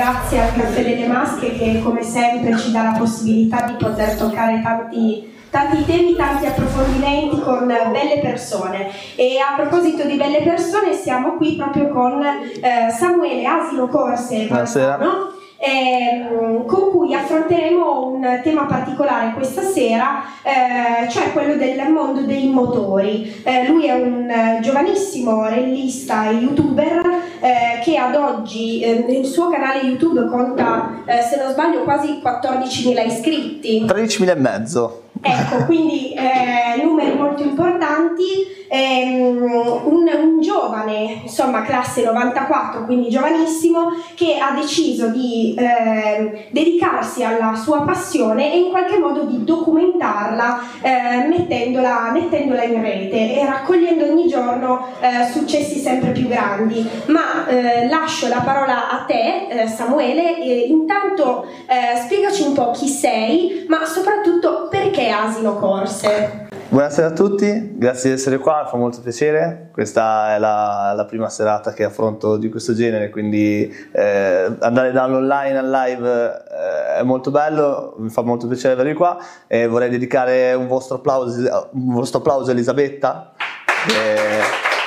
grazie al Caffè delle Masche che come sempre ci dà la possibilità di poter toccare tanti temi, tanti approfondimenti con belle persone. E a proposito di belle persone siamo qui proprio con Samuele Asino Corse, no? Con cui affronteremo un tema particolare questa sera, cioè quello del mondo dei motori. Lui è un giovanissimo rallista e youtuber che ad oggi nel suo canale YouTube conta, se non sbaglio, quasi 14.000 iscritti. 13.000 e mezzo. Ecco, quindi numeri molto importanti. Un giovane, insomma classe 94, quindi giovanissimo, che ha deciso di dedicarsi alla sua passione e in qualche modo di documentarla, mettendola in rete e raccogliendo ogni giorno successi sempre più grandi. Ma lascio la parola a te, Samuele. Intanto spiegaci un po' chi sei, ma soprattutto perché Asino Corse. Buonasera a tutti, grazie di essere qua, mi fa molto piacere. Questa è la prima serata che affronto di questo genere, quindi andare dall'online al live è molto bello, mi fa molto piacere avervi qua e vorrei dedicare un vostro applauso a Elisabetta, che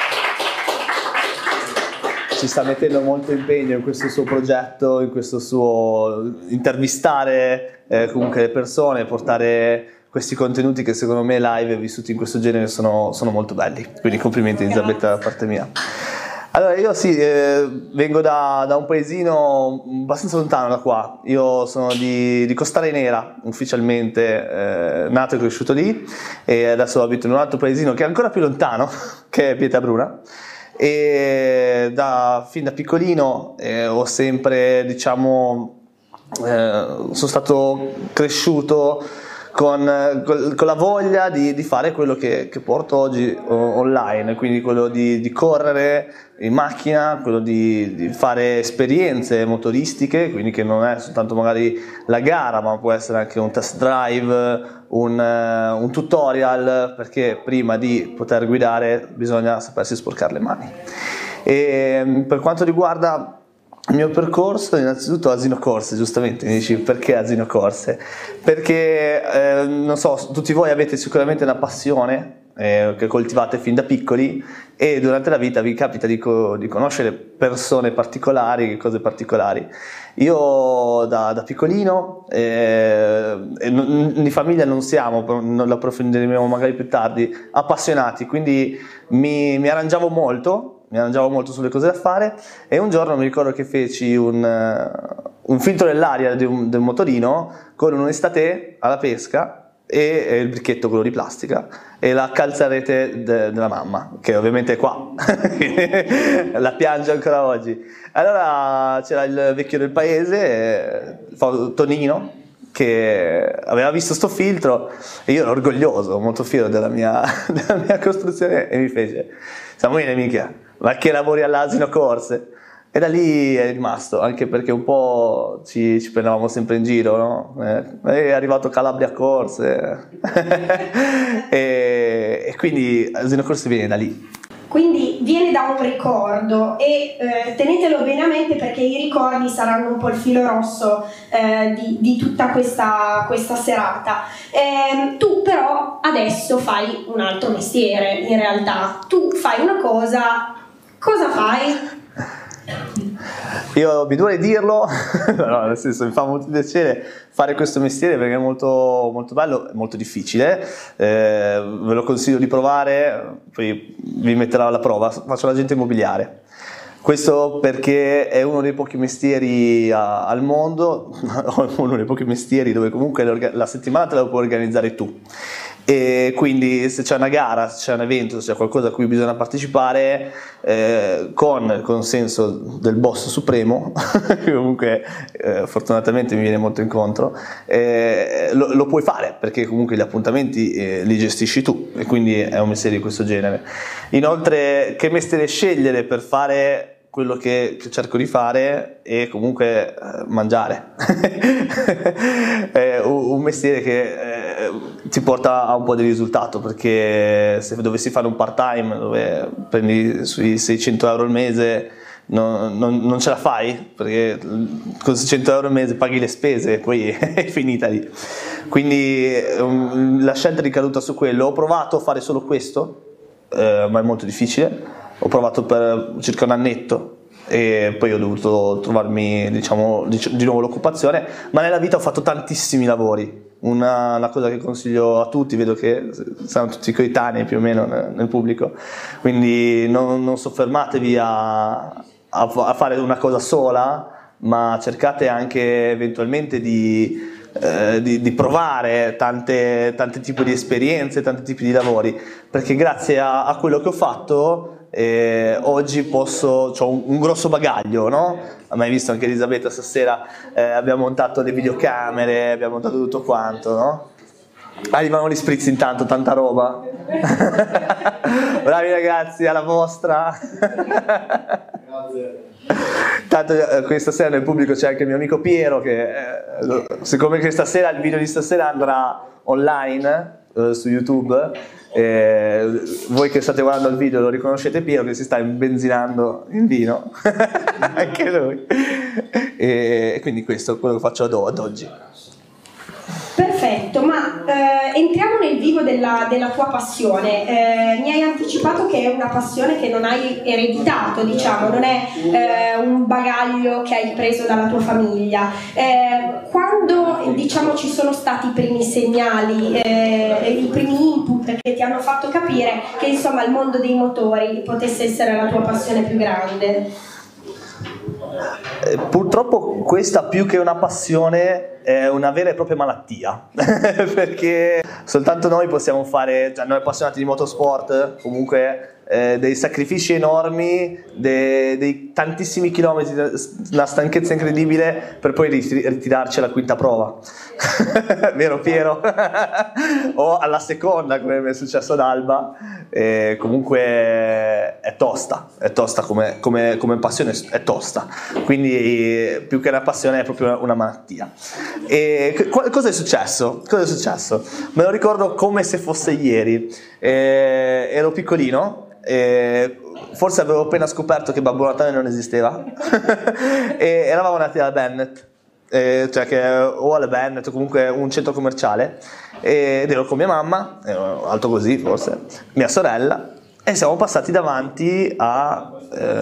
ci sta mettendo molto impegno in questo suo progetto, in questo suo intervistare comunque le persone, portare questi contenuti che secondo me live vissuti in questo genere sono molto belli, quindi complimenti Elisabetta da parte mia. Allora io sì, vengo da un paesino abbastanza lontano da qua, io sono di Costare Nera ufficialmente, nato e cresciuto lì e adesso abito in un altro paesino che è ancora più lontano, che è Pietrabruna. E fin da piccolino ho sempre, diciamo, sono stato cresciuto con la voglia di fare quello che porto oggi online, quindi quello di correre in macchina, quello di fare esperienze motoristiche, quindi che non è soltanto magari la gara, ma può essere anche un test drive, un tutorial, perché prima di poter guidare bisogna sapersi sporcare le mani. E per quanto riguarda il mio percorso, innanzitutto Asino Corse, giustamente mi dici perché Asino Corse? Perché non so, tutti voi avete sicuramente una passione che coltivate fin da piccoli e durante la vita vi capita di conoscere persone particolari, cose particolari. Io da piccolino, di famiglia non siamo, non lo approfondiremo magari più tardi, appassionati, quindi mi arrangiavo molto sulle cose da fare e un giorno mi ricordo che feci un filtro dell'aria del motorino con un'estate alla pesca e il bricchetto quello di plastica e la calzarete della mamma, che ovviamente è qua, la piange ancora oggi. Allora c'era il vecchio del paese, Tonino, che aveva visto sto filtro e io ero orgoglioso, molto fiero della mia costruzione e mi fece: Samuele, mica, ma che lavori all'Asino Corse? E da lì è rimasto, anche perché un po' ci prendevamo sempre in giro, no? È arrivato Calabria Corse e quindi Asino Corse viene da lì. Quindi viene da un ricordo e tenetelo bene a mente, perché i ricordi saranno un po' il filo rosso di tutta questa serata. Tu però adesso fai un altro mestiere, in realtà. Tu fai una cosa fai? Io mi dovrei dirlo, no, nel senso mi fa molto piacere fare questo mestiere perché è molto, molto bello, è molto difficile, ve lo consiglio di provare, poi vi metterò alla prova. Faccio l'agente immobiliare. Questo perché è uno dei pochi mestieri al mondo, uno dei pochi mestieri dove comunque la settimana te la puoi organizzare tu. E quindi se c'è una gara, se c'è un evento, se c'è qualcosa a cui bisogna partecipare, con il consenso del boss supremo, che comunque fortunatamente mi viene molto incontro, lo puoi fare, perché comunque gli appuntamenti li gestisci tu e quindi è un mestiere di questo genere. Inoltre, che mestiere scegliere per fare quello che cerco di fare e comunque mangiare? È un mestiere che ti porta a un po' di risultato, perché se dovessi fare un part time dove prendi sui 600 euro al mese non ce la fai, perché con 600 euro al mese paghi le spese e poi è finita lì. Quindi la scelta è ricaduta su quello. Ho provato a fare solo questo, ma è molto difficile. Ho provato per circa un annetto e poi ho dovuto trovarmi, diciamo, di nuovo l'occupazione, ma nella vita ho fatto tantissimi lavori. Una cosa che consiglio a tutti, vedo che siamo tutti coetanei più o meno nel pubblico, quindi non soffermatevi a fare una cosa sola, ma cercate anche eventualmente di provare tanti tipi di esperienze, tanti tipi di lavori, perché grazie a quello che ho fatto oggi ho un grosso bagaglio, no? Hai visto anche Elisabetta stasera, abbiamo montato le videocamere, abbiamo montato tutto quanto, no? Arrivano gli spritz intanto, tanta roba. Bravi ragazzi, alla vostra. Grazie. Tanto questa sera nel pubblico c'è anche il mio amico Piero che siccome questa sera il video di stasera andrà online su YouTube, voi che state guardando il video lo riconoscete Piero che si sta imbenzinando in vino anche lui, e quindi questo è quello che faccio ad oggi. Perfetto, ma entriamo nel vivo della tua passione. Mi hai anticipato che è una passione che non hai ereditato, diciamo, non è un bagaglio che hai preso dalla tua famiglia. Quando, diciamo, ci sono stati i primi segnali, i primi input che ti hanno fatto capire che insomma il mondo dei motori potesse essere la tua passione più grande? Purtroppo questa più che una passione è una vera e propria malattia perché soltanto noi possiamo fare, cioè noi appassionati di motorsport, comunque dei sacrifici enormi, dei tantissimi chilometri, una stanchezza incredibile per poi ritirarci alla quinta prova vero Piero? O alla seconda come mi è successo ad Alba. Comunque è tosta come passione, è tosta, quindi più che una passione è proprio una malattia. E cosa è successo? Me lo ricordo come se fosse ieri. Ero piccolino, forse avevo appena scoperto che Babbo Natale non esisteva e eravamo andati alla Bennett, cioè che o alla Bennett o comunque un centro commerciale, ed ero con mia mamma, alto così forse, mia sorella, e siamo passati davanti a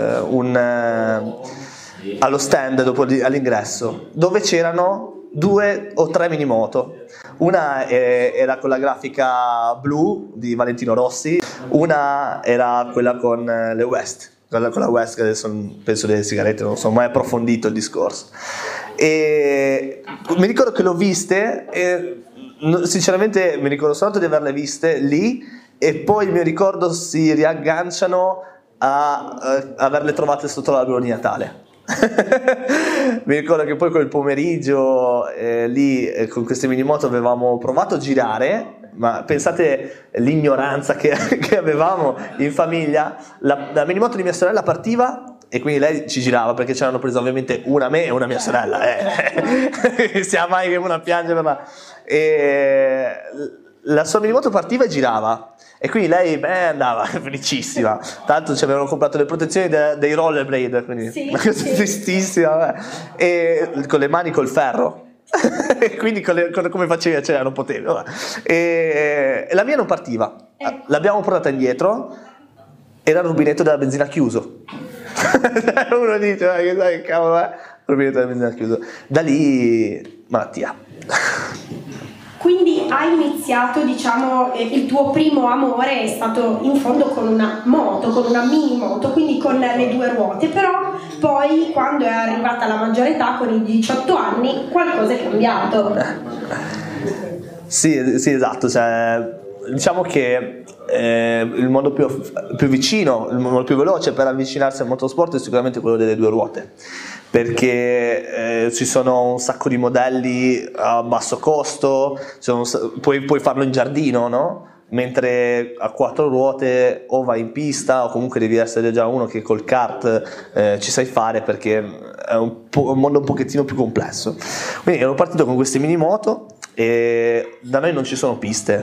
allo stand all'ingresso dove c'erano 2 o 3 minimoto. Una era con la grafica blu di Valentino Rossi, una era quella con le West, con la West, che adesso penso delle sigarette, non so mai approfondito il discorso. E mi ricordo che l'ho viste e sinceramente mi ricordo soltanto di averle viste lì, e poi mi ricordo si riagganciano a averle trovate sotto l'albero di Natale. Mi ricordo che poi quel pomeriggio lì con queste minimoto avevamo provato a girare, ma pensate l'ignoranza che avevamo in famiglia. La minimoto di mia sorella partiva e quindi lei ci girava, perché ci hanno preso ovviamente una me e una mia sorella, siamo mai che una piange per la sua minimoto partiva e girava, e quindi lei andava felicissima, tanto ci avevano comprato le protezioni dei rollerblade, quindi sì, una cosa tristissima, e con le mani col ferro e quindi come facevi a non potevi, e la mia non partiva, l'abbiamo portata indietro, era il rubinetto della benzina chiuso. Uno dice ma che cavolo è, il rubinetto della benzina chiuso, da lì malattia. Quindi hai iniziato, diciamo, il tuo primo amore è stato in fondo con una moto, con una mini moto, quindi con le 2 ruote, però poi quando è arrivata la maggiore età, con i 18 anni, qualcosa è cambiato. Sì, esatto, cioè, diciamo che il modo più vicino, il modo più veloce per avvicinarsi al motorsport è sicuramente quello delle 2 ruote, perché ci sono un sacco di modelli a basso costo, puoi farlo in giardino, no? Mentre a 4 ruote o vai in pista o comunque devi essere già uno che col kart ci sai fare, perché è un mondo un pochettino più complesso. Quindi ero partito con queste mini moto e da noi non ci sono piste,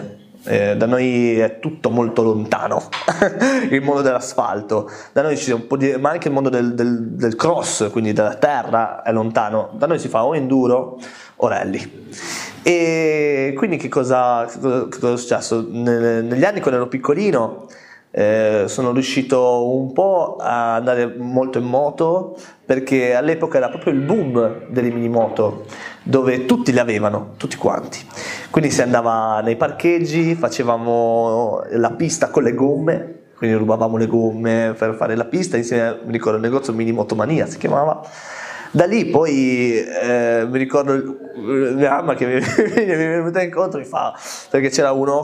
Da noi è tutto molto lontano, il mondo dell'asfalto. Da noi c'è un po' ma anche il mondo del cross, quindi della terra, è lontano. Da noi si fa o enduro o rally. E quindi che cosa è successo? Negli anni, quando ero piccolino, sono riuscito un po' a andare molto in moto, perché all'epoca era proprio il boom delle minimoto, dove tutti le avevano, tutti quanti. Quindi si andava nei parcheggi, facevamo la pista con le gomme, quindi rubavamo le gomme per fare la pista insieme, mi ricordo, al negozio Minimotomania si chiamava. Da lì poi mi ricordo mia mamma che mi è venuta incontro, mi fa, perché c'era uno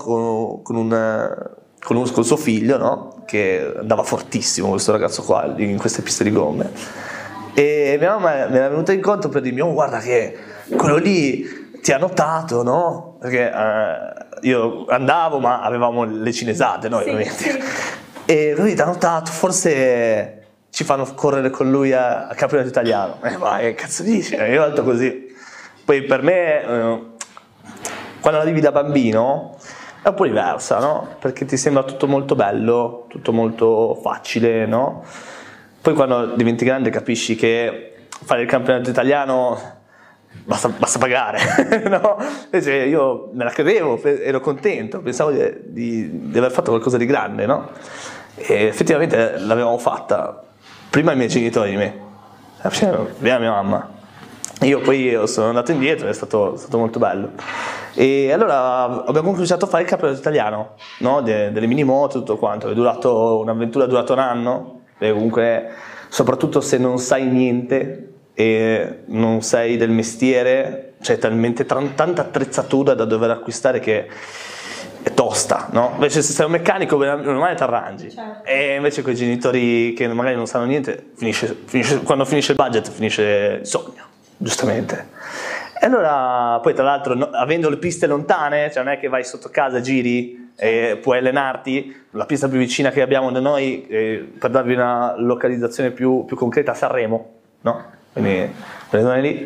con suo figlio, no? Che andava fortissimo, questo ragazzo qua, in queste piste di gomme, e mia mamma mi era venuta incontro per dirmi: oh, guarda che quello lì ti ha notato, no? Perché io andavo, ma avevamo le cinesate noi, ovviamente. Sì. E lui ti ha notato, forse ci fanno correre con lui a campionato italiano. Ma che cazzo dici? Io alto così. Poi per me, quando arrivi da bambino, è un po' diversa, no? Perché ti sembra tutto molto bello, tutto molto facile, no? Poi quando diventi grande capisci che fare il campionato italiano basta pagare, no? Invece io me la credevo, ero contento, pensavo di aver fatto qualcosa di grande, no? E effettivamente l'avevamo fatta, prima i miei genitori di me, prima mia mamma. Io poi sono andato indietro, è stato molto bello. E allora abbiamo cominciato a fare il campionato italiano, no? Delle minimoto, tutto quanto. Un'avventura è durata un anno, e comunque, soprattutto se non sai niente e non sei del mestiere, c'è talmente tanta attrezzatura da dover acquistare che è tosta, no? Invece se sei un meccanico, normale ti arrangi. Certo. E invece con i genitori che magari non sanno niente, quando finisce il budget finisce il sogno, giustamente. E allora, poi tra l'altro, avendo le piste lontane, cioè non è che vai sotto casa, giri e puoi allenarti. La pista più vicina che abbiamo da noi, per darvi una localizzazione più concreta, a Sanremo, no? Quindi quelle zone lì,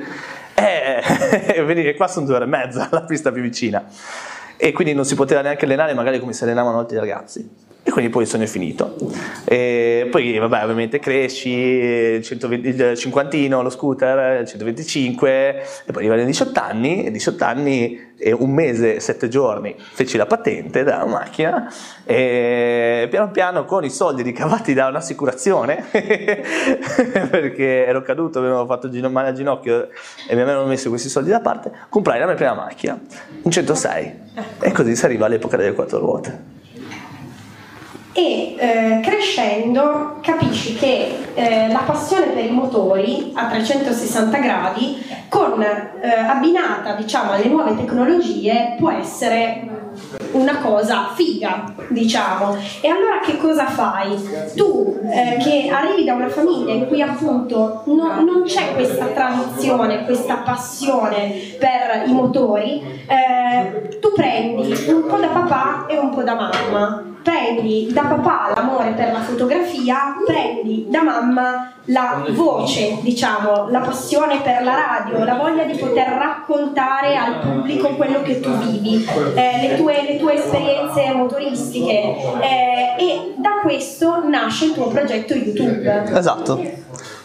vedi, qua sono 2 ore e mezza la pista più vicina, e quindi non si poteva neanche allenare magari come si allenavano altri ragazzi. E quindi poi il sogno è finito. E poi vabbè, ovviamente cresci, il cinquantino, lo scooter, il 125, e poi arrivano i 18 anni e 1 mese e 7 giorni feci la patente della macchina, e piano piano, con i soldi ricavati da un'assicurazione perché ero caduto, avevo fatto male al ginocchio e mi avevano messo questi soldi da parte, comprai la mia prima macchina, un 106, e così si arriva all'epoca delle 4 ruote. E crescendo capisci che la passione per i motori a 360 gradi, abbinata, diciamo, alle nuove tecnologie, può essere una cosa figa, diciamo. E allora che cosa fai? Tu che arrivi da una famiglia in cui appunto non c'è questa tradizione, questa passione per i motori, tu prendi un po' da papà e un po' da mamma. Prendi da papà l'amore per la fotografia, prendi da mamma la voce, diciamo, la passione per la radio, la voglia di poter raccontare al pubblico quello che tu vivi, le tue esperienze motoristiche, e da questo nasce il tuo progetto YouTube. Esatto.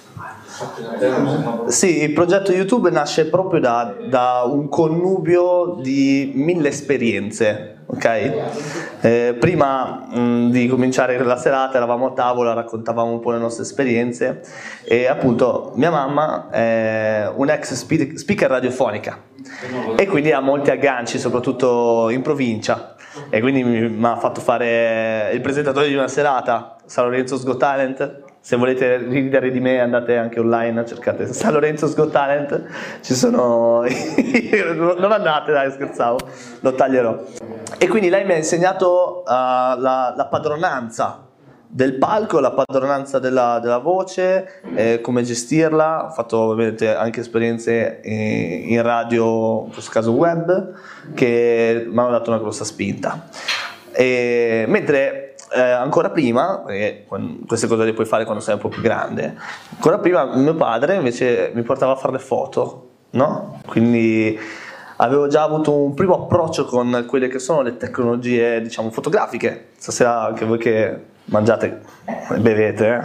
Sì, il progetto YouTube nasce proprio da un connubio di 1000 esperienze, ok? Prima di cominciare la serata eravamo a tavola, raccontavamo un po' le nostre esperienze, e appunto mia mamma è un'ex speaker radiofonica e quindi ha molti agganci, soprattutto in provincia, e quindi mi ha fatto fare il presentatore di una serata, San Lorenzo's Got Talent. Se volete ridere di me, andate anche online, cercate San Lorenzo's Got Talent, ci sono non andate, dai, scherzavo, lo taglierò. E quindi lei mi ha insegnato la padronanza del palco, la padronanza della voce, come gestirla. Ho fatto ovviamente anche esperienze in radio, in questo caso web, che mi hanno dato una grossa spinta. Mentre ancora prima, perché queste cose le puoi fare quando sei un po' più grande, ancora prima mio padre invece mi portava a fare le foto, no? Quindi avevo già avuto un primo approccio con quelle che sono le tecnologie, diciamo, fotografiche. Stasera anche voi che mangiate e bevete,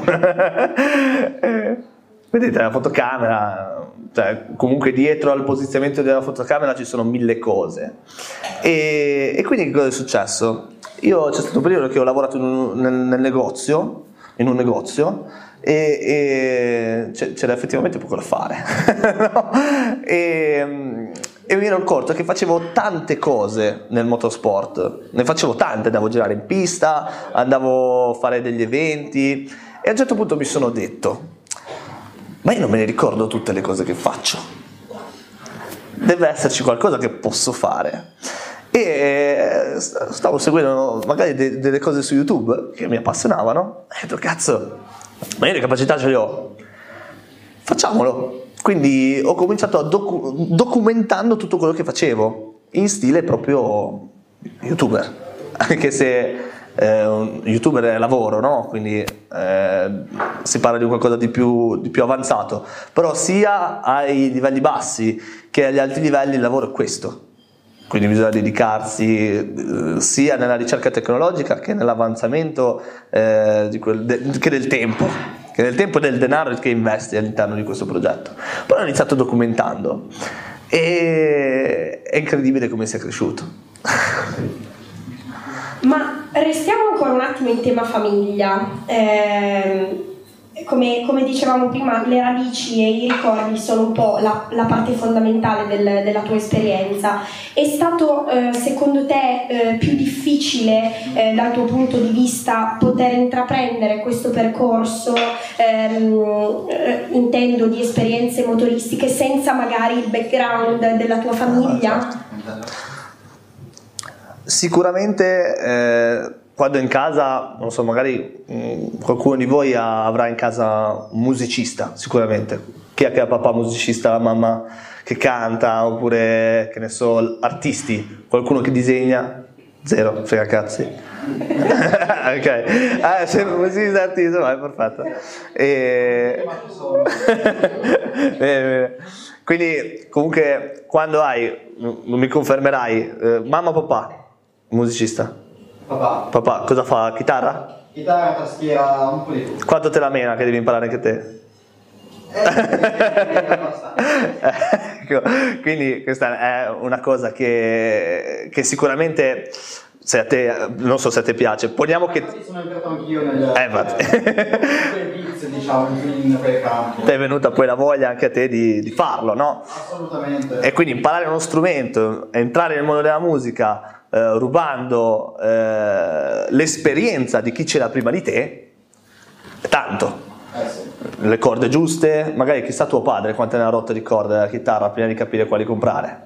vedete la fotocamera, cioè, comunque dietro al posizionamento della fotocamera ci sono 1000 cose. E quindi che cosa è successo? C'è stato un periodo che ho lavorato in un negozio, e c'era effettivamente poco da fare. No? E mi ero accorto che facevo tante cose nel motorsport, ne facevo tante, andavo a girare in pista, andavo a fare degli eventi, e a un certo punto mi sono detto: ma io non me ne ricordo tutte le cose che faccio, deve esserci qualcosa che posso fare. E stavo seguendo magari delle cose su YouTube che mi appassionavano, e ho detto: cazzo, ma io le capacità ce le ho, facciamolo. Quindi ho cominciato documentando tutto quello che facevo in stile proprio YouTuber, anche se un YouTuber è lavoro, no? Quindi si parla di qualcosa di più avanzato, però sia ai livelli bassi che agli alti livelli il lavoro è questo. Quindi bisogna dedicarsi sia nella ricerca tecnologica che nell'avanzamento che del tempo e del denaro che investi all'interno di questo progetto. Poi ho iniziato documentando e è incredibile come sia cresciuto. Ma restiamo ancora un attimo in tema famiglia. Come dicevamo prima, le radici e i ricordi sono un po' la parte fondamentale della tua esperienza. È stato secondo te più difficile dal tuo punto di vista poter intraprendere questo percorso, intendo di esperienze motoristiche, senza magari il background della tua famiglia? Sicuramente quando in casa, non so, magari qualcuno di voi avrà in casa un musicista, sicuramente. Chi è che ha papà musicista, la mamma che canta, oppure, che ne so, artisti, qualcuno che disegna? Zero, frega cazzi. Ok, sei un musicista artista, vai, perfetto. Quindi comunque quando mi confermerai, mamma o papà, musicista? Papà, cosa fa? Chitarra? Chitarra, tastiera, un po' di tutto. Quanto te la mena che devi imparare anche te? Ecco, quindi questa è una cosa che sicuramente, se a te, non so se a te piace, poniamo che... Sì, sono entrato anch'io nel beats, diciamo, in quel campo. Ti è venuta poi la voglia anche a te di farlo, no? Assolutamente. E quindi imparare uno strumento, entrare nel mondo della musica, rubando l'esperienza di chi c'era prima di te, è tanto. Sì. Le corde giuste, magari chissà tuo padre quante ne ha rotte di corde della chitarra prima di capire quali comprare.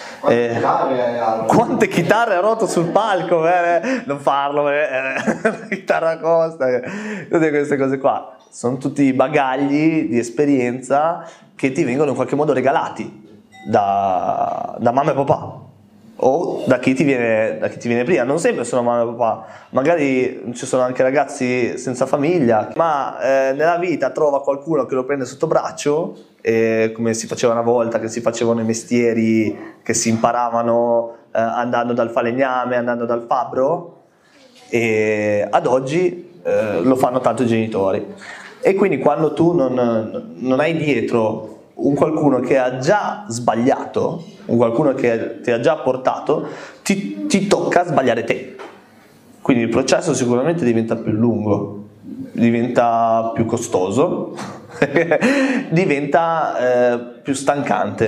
Quante chitarre ha rotto sul palco, non farlo, la chitarra costa, tutte queste cose qua sono tutti bagagli di esperienza che ti vengono in qualche modo regalati da mamma e papà, o da chi ti viene prima. Non sempre sono mamma e papà, magari ci sono anche ragazzi senza famiglia, ma nella vita trova qualcuno che lo prende sotto braccio, come si faceva una volta, che si facevano i mestieri che si imparavano andando dal falegname, andando dal fabbro, e ad oggi lo fanno tanto i genitori. E quindi quando tu non hai dietro un qualcuno che ha già sbagliato, un qualcuno che ti ha già portato, ti tocca sbagliare te. Quindi il processo sicuramente diventa più lungo, diventa più costoso, diventa più stancante,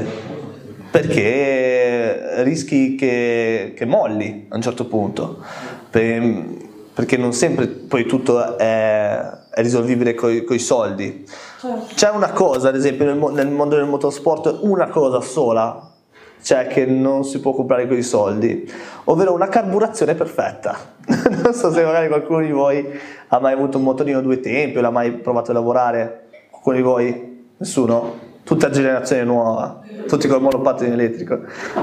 perché rischi che molli a un certo punto, perché non sempre poi tutto è risolvibile coi soldi. C'è una cosa, ad esempio nel mondo del motorsport, una cosa sola c'è che non si può comprare con i soldi, ovvero una carburazione perfetta. Non so se magari qualcuno di voi ha mai avuto un motorino 2 tempi o l'ha mai provato a lavorare. Qualcuno di voi? Nessuno? Tutta generazione nuova, tutti col monopattino elettrico.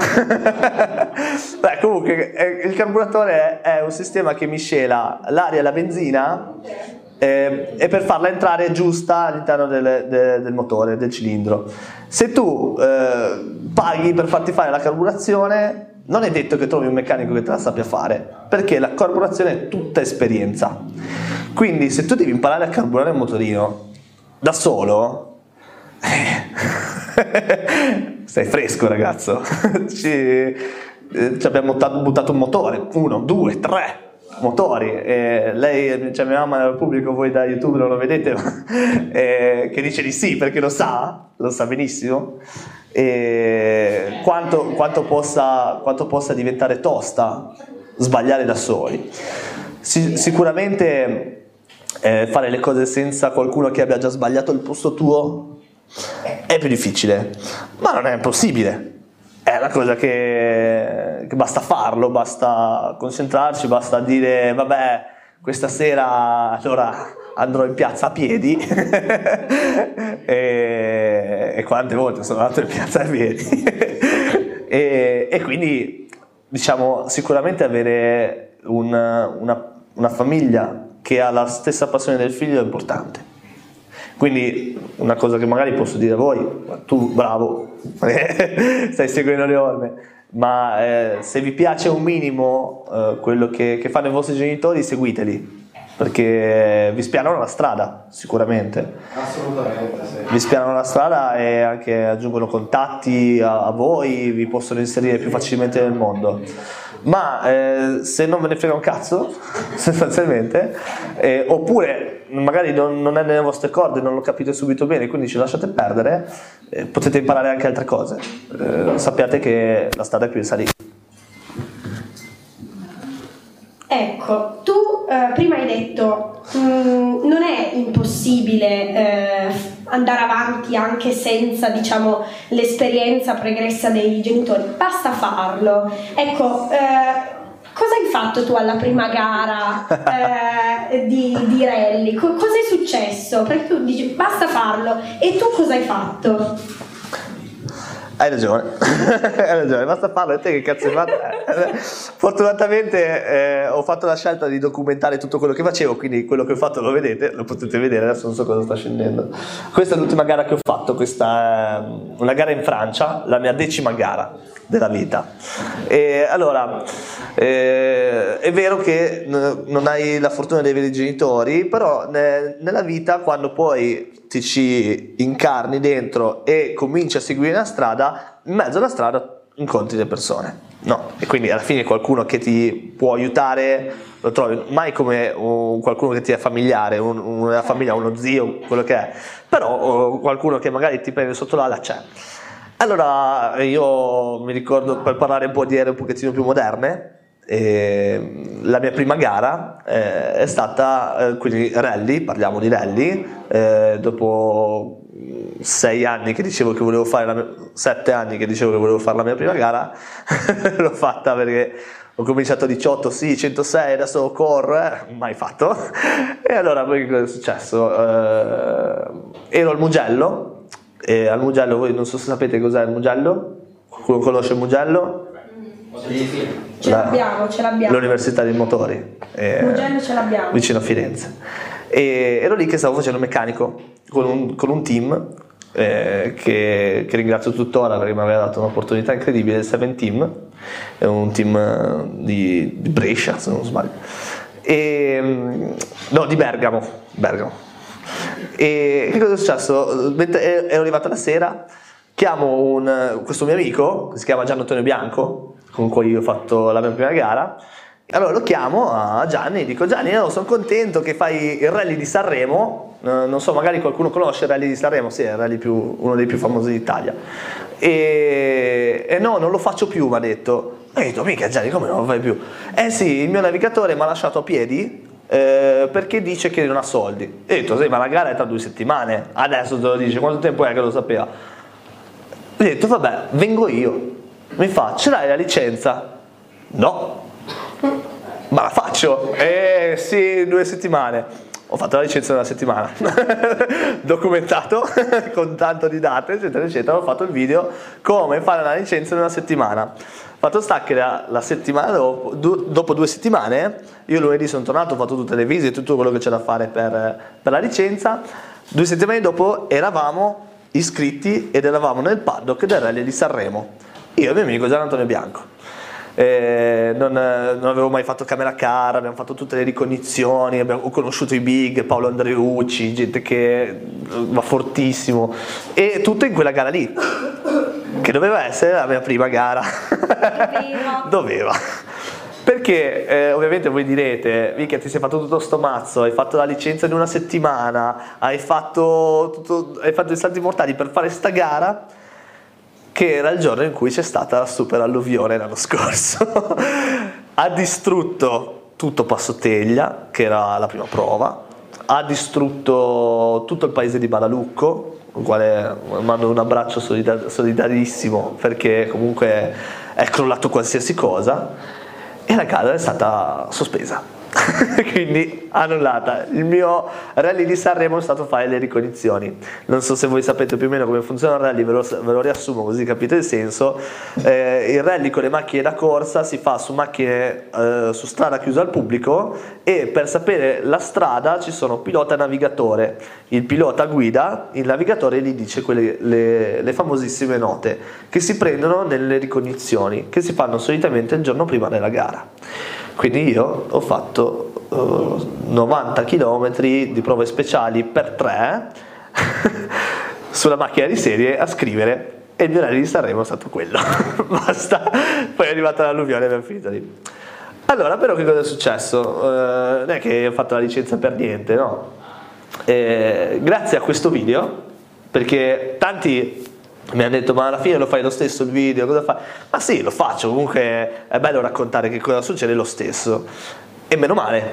Beh, comunque il carburatore è un sistema che miscela l'aria e la benzina e per farla entrare giusta all'interno del motore, del cilindro. Se tu paghi per farti fare la carburazione, non è detto che trovi un meccanico che te la sappia fare, perché la carburazione è tutta esperienza. Quindi se tu devi imparare a carburare un motorino da solo, sei fresco ragazzo. Ci abbiamo buttato un motore, 1, 2, 3 motori, lei, cioè mia mamma nel pubblico, voi da YouTube non lo vedete, ma, che dice di sì perché lo sa benissimo, quanto possa diventare tosta sbagliare da soli. Sicuramente fare le cose senza qualcuno che abbia già sbagliato il posto tuo è più difficile, ma non è impossibile. È una cosa che basta farlo, basta concentrarci, basta dire vabbè, questa sera allora andrò in piazza a piedi e quante volte sono andato in piazza a piedi e quindi diciamo sicuramente avere una famiglia che ha la stessa passione del figlio è importante. Quindi una cosa che magari posso dire a voi, tu bravo, stai seguendo le orme, ma se vi piace un minimo quello che fanno i vostri genitori, seguiteli, perché vi spianano la strada sicuramente. Assolutamente, sì. Vi spianano la strada e anche aggiungono contatti a voi, vi possono inserire più facilmente nel mondo. Ma se non ve ne frega un cazzo sostanzialmente, oppure magari non è nelle vostre corde, non lo capite subito bene, quindi ci lasciate perdere, potete imparare anche altre cose. Sappiate che la strada è più in salita. Ecco, tu prima hai detto non è impossibile andare avanti anche senza, diciamo, l'esperienza pregressa dei genitori, basta farlo. Ecco, cosa hai fatto tu alla prima gara di rally? Cosa è successo? Perché tu dici basta farlo, e tu cosa hai fatto? Hai ragione, hai ragione, basta farlo, e te che cazzo hai fatto? Fortunatamente ho fatto la scelta di documentare tutto quello che facevo, quindi quello che ho fatto lo vedete, lo potete vedere, adesso non so cosa sta scendendo. Questa è l'ultima gara che ho fatto, questa è una gara in Francia, la mia 10ª gara della vita. E allora, è vero che non hai la fortuna di avere i genitori, però nella vita, quando poi ti ci incarni dentro e cominci a seguire una strada, in mezzo alla strada incontri le persone, no? E quindi alla fine qualcuno che ti può aiutare lo trovi, mai come qualcuno che ti è familiare, una famiglia, uno zio, quello che è, però qualcuno che magari ti prende sotto l'ala c'è. Allora io mi ricordo, per parlare un po' di ere un pochettino più moderne, la mia prima gara è stata quindi rally, parliamo di rally, dopo 6 anni che dicevo che volevo fare 7 anni che dicevo che volevo fare la mia prima gara l'ho fatta, perché ho cominciato a 18, sì, 106, adesso corro, mai fatto. E allora poi cosa è successo? Ero al Mugello, e al Mugello, voi non so se sapete cos'è il Mugello, qualcuno conosce il Mugello? Ce l'abbiamo. L'Università dei Motori, Mugello ce l'abbiamo. vicino a Firenze. E ero lì che stavo facendo meccanico con un team che ringrazio tuttora perché mi aveva dato un'opportunità incredibile, il Seven Team, è un team di Brescia se non sbaglio, no, di Bergamo. E che cosa è successo? È arrivata la sera, chiamo questo mio amico che si chiama Gianni Antonio Bianco, con cui ho fatto la mia prima gara. Allora lo chiamo a Gianni e dico: Gianni, io sono contento che fai il rally di Sanremo, non so, magari qualcuno conosce il rally di Sanremo, sì, è il rally uno dei più famosi d'Italia, e no, non lo faccio più, mi ha detto. E ho detto: mica Gianni, come non lo fai più? Eh sì, il mio navigatore mi ha lasciato a piedi perché dice che non ha soldi. E ho detto: sì, ma la gara è tra 2 settimane, adesso te lo dice, quanto tempo è che lo sapeva? Ho detto: vabbè, vengo io. Mi fa: ce l'hai la licenza? No. Ma la faccio? Sì, 2 settimane. Ho fatto la licenza in 1 settimana. Documentato con tanto di date, eccetera, eccetera. Ho fatto il video come fare la licenza in 1 settimana. Fatto sta che la settimana dopo 2 settimane, io lunedì sono tornato, ho fatto tutte le visite, tutto quello che c'è da fare per la licenza. 2 settimane dopo eravamo iscritti ed eravamo nel paddock del Rally di Sanremo. Io e il mio amico Gian Antonio Bianco. Non avevo mai fatto camera car, abbiamo fatto tutte le ricognizioni, ho conosciuto i big, Paolo Andreucci, gente che va fortissimo, e tutto in quella gara lì, che doveva essere la mia prima gara. Doveva. Perché ovviamente voi direte, mica ti sei fatto tutto sto mazzo, hai fatto la licenza in 1 settimana, hai fatto i salti mortali per fare sta gara, che era il giorno in cui c'è stata la super alluvione l'anno scorso. Ha distrutto tutto Passoteglia, che era la prima prova, ha distrutto tutto il paese di Badalucco, al quale mando un abbraccio solidarissimo, perché comunque è crollato qualsiasi cosa, e la gara è stata sospesa. Quindi annullata. Il mio rally di Sanremo è stato fare le ricognizioni. Non so se voi sapete più o meno come funziona il rally, ve lo riassumo così capite il senso. Il rally con le macchine da corsa si fa su macchine su strada chiusa al pubblico, e per sapere la strada ci sono pilota e navigatore. Il pilota guida, il navigatore gli dice le famosissime note che si prendono nelle ricognizioni, che si fanno solitamente il giorno prima della gara. Quindi io ho fatto 90 km di prove speciali per 3 sulla macchina di serie a scrivere, e il mio rally di Sanremo è stato quello. Basta. Poi è arrivata l'alluvione e abbiamo finito lì. Allora, però che cosa è successo? Non è che ho fatto la licenza per niente, no? Grazie a questo video, perché tanti mi hanno detto: ma alla fine lo fai lo stesso il video, cosa fai? Ma sì, lo faccio, comunque è bello raccontare che cosa succede lo stesso, e meno male,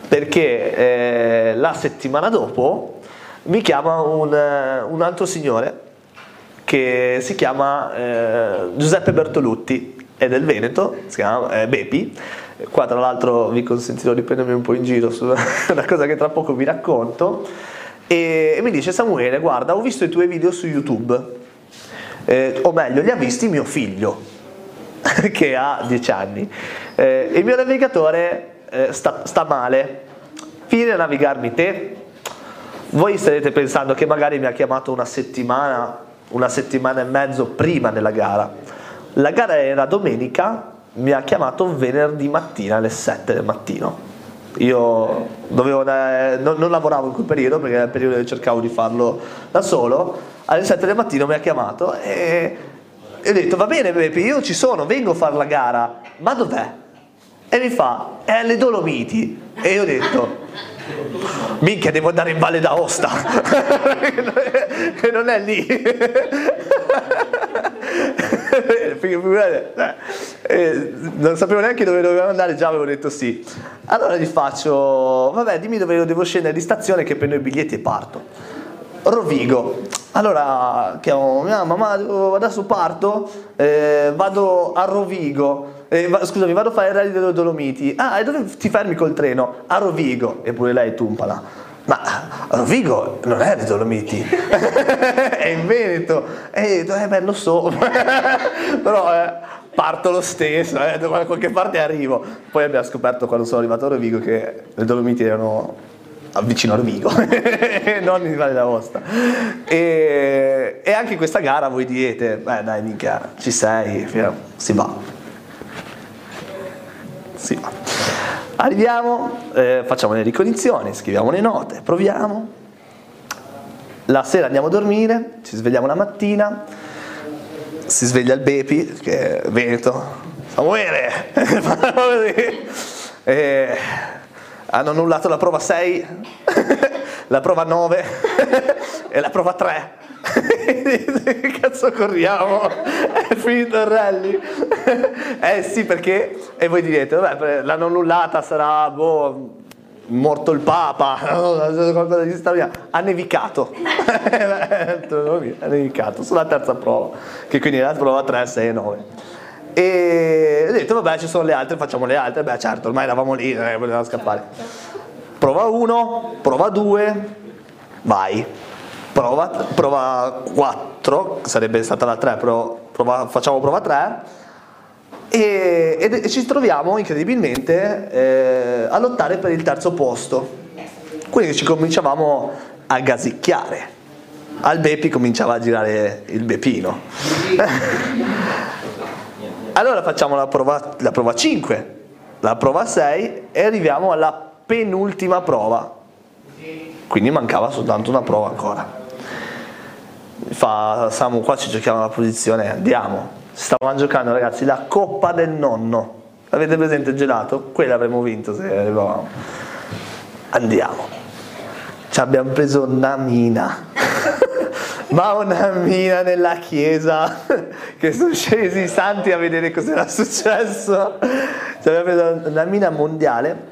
perché la settimana dopo mi chiama un altro signore che si chiama Giuseppe Bertolutti, è del Veneto, si chiama Bepi. Qua tra l'altro vi consentirò di prendermi un po' in giro su una cosa che tra poco vi racconto, e mi dice: Samuele, guarda, ho visto i tuoi video su YouTube. O meglio, li ha visti mio figlio che ha 10 anni, il mio navigatore sta male, vieni a navigarmi te. Voi starete pensando che magari mi ha chiamato una settimana e mezzo prima della gara. La gara era domenica, mi ha chiamato venerdì mattina alle 7 del mattino. Io non lavoravo in quel periodo, perché era il periodo che cercavo di farlo da solo. Alle 7 del mattino mi ha chiamato e ho detto: va bene Bepi, io ci sono, vengo a fare la gara, ma dov'è? E mi fa: è alle Dolomiti. E io ho detto: minchia, devo andare in Valle d'Aosta, che non è lì. Non sapevo neanche dove dovevo andare, già avevo detto sì. Allora gli faccio: vabbè, dimmi dove devo scendere di stazione, che prendo i biglietti e parto. Rovigo. Allora chiamo mia mamma, adesso parto, vado a Rovigo, scusami, vado a fare il rally delle Dolomiti. Ah, e dove ti fermi col treno? A Rovigo. E pure lei tumpala: ma Rovigo non è le Dolomiti, è in Veneto. E beh, lo so, però parto lo stesso, da qualche parte arrivo. Poi abbiamo scoperto, quando sono arrivato a Rovigo, che le Dolomiti erano vicino a Rovigo, non in Valle d'Aosta. E anche in questa gara voi direte: beh dai, minchia, ci sei, si va. Arriviamo, facciamo le ricognizioni, scriviamo le note, proviamo. La sera andiamo a dormire, ci svegliamo la mattina, si sveglia il Bepi, che è Veneto: Samuele, hanno annullato la prova 6, la prova 9 e la prova 3. Che cazzo corriamo? È finito il rally. Sì, perché, e voi direte: vabbè, l'hanno annullata, sarà morto il Papa, qualcosa di straordinario. Ha nevicato. Ha nevicato sulla terza prova, che quindi la prova 3, 6 e 9. E ho detto: vabbè, ci sono le altre, facciamo le altre. Beh, certo, ormai eravamo lì, volevamo scappare. Prova 1, prova 2, vai. Prova 4, sarebbe stata la 3, però facciamo prova 3. e ci troviamo incredibilmente a lottare per il terzo posto. Quindi ci cominciavamo a gasicchiare. Al Bepi cominciava a girare il bepino. Allora facciamo la prova 5, la prova 6 e arriviamo alla penultima prova. Quindi mancava soltanto una prova ancora. Fa Samu, qua ci giochiamo la posizione, andiamo. Stavamo giocando, ragazzi, la coppa del nonno. Avete presente il gelato? Quella avremmo vinto se arrivavamo. Andiamo. Ci abbiamo preso una mina. Ma una mina nella chiesa, che sono scesi i santi a vedere cos'era successo. Ci abbiamo preso una mina mondiale,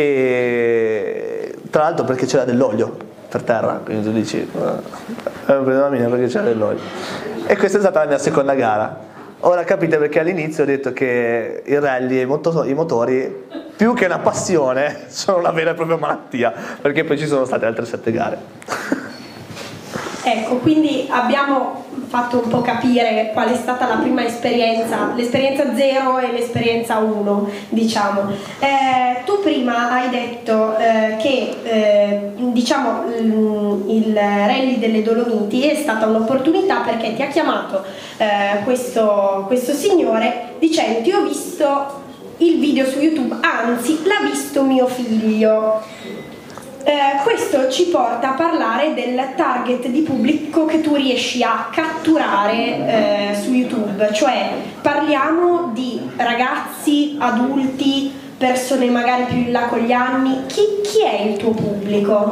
e tra l'altro perché c'era dell'olio per terra, quindi tu dici abbiamo preso una mina perché c'era dell'olio. E questa è stata la mia seconda gara. Ora capite perché all'inizio ho detto che il rally e i motori, più che una passione, sono una vera e propria malattia, perché poi ci sono state altre 7 gare. Ecco, quindi abbiamo fatto un po' capire qual è stata la prima esperienza, l'esperienza 0 e l'esperienza 1, diciamo. Tu prima hai detto che diciamo, il Rally delle Dolomiti è stata un'opportunità perché ti ha chiamato questo signore dicendo: ho visto il video su YouTube, anzi l'ha visto mio figlio. Questo ci porta a parlare del target di pubblico che tu riesci a catturare su YouTube, cioè parliamo di ragazzi, adulti, persone magari più in là con gli anni. Chi è il tuo pubblico?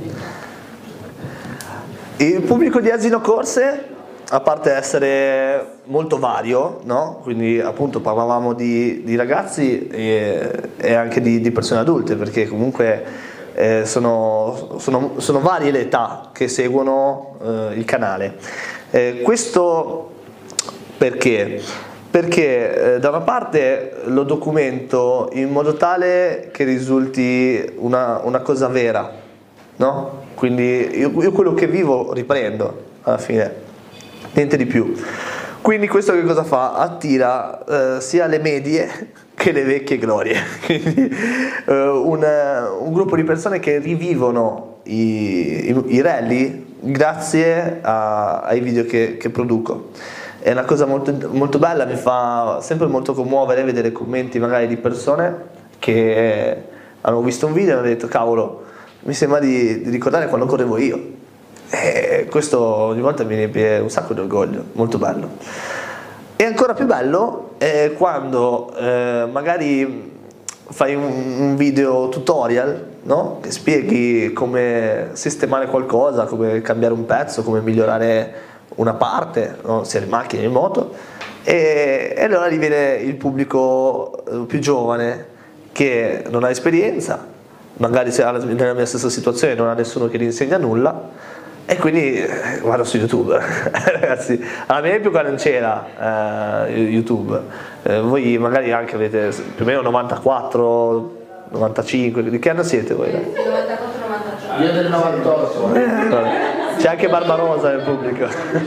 Il pubblico di Asino Corse, a parte essere molto vario, no? Quindi appunto parlavamo di ragazzi e anche di persone adulte, perché comunque sono varie le età che seguono il canale. Questo perché? Perché da una parte lo documento in modo tale che risulti una cosa vera, no? Quindi io quello che vivo riprendo alla fine, niente di più. Quindi questo che cosa fa? Attira sia le medie che le vecchie glorie. Quindi un gruppo di persone che rivivono i rally grazie ai video che produco. È una cosa molto, molto bella, mi fa sempre molto commuovere vedere commenti magari di persone che hanno visto un video e hanno detto: cavolo, mi sembra di ricordare quando correvo io. E questo ogni volta mi riempie un sacco di orgoglio, molto bello. E ancora più bello è quando magari fai un video tutorial, no? Che spieghi come sistemare qualcosa, come cambiare un pezzo, come migliorare una parte, no? Sia in macchina che in moto, e allora lì viene il pubblico più giovane che non ha esperienza, magari se nella mia stessa situazione non ha nessuno che gli insegna nulla, e quindi vado su YouTube. Ragazzi, alla mia epoca non c'era YouTube, voi magari anche avete più o meno 94, 95, di che anno siete voi? 94-95. Io del 98. C'è anche Barbarosa nel pubblico.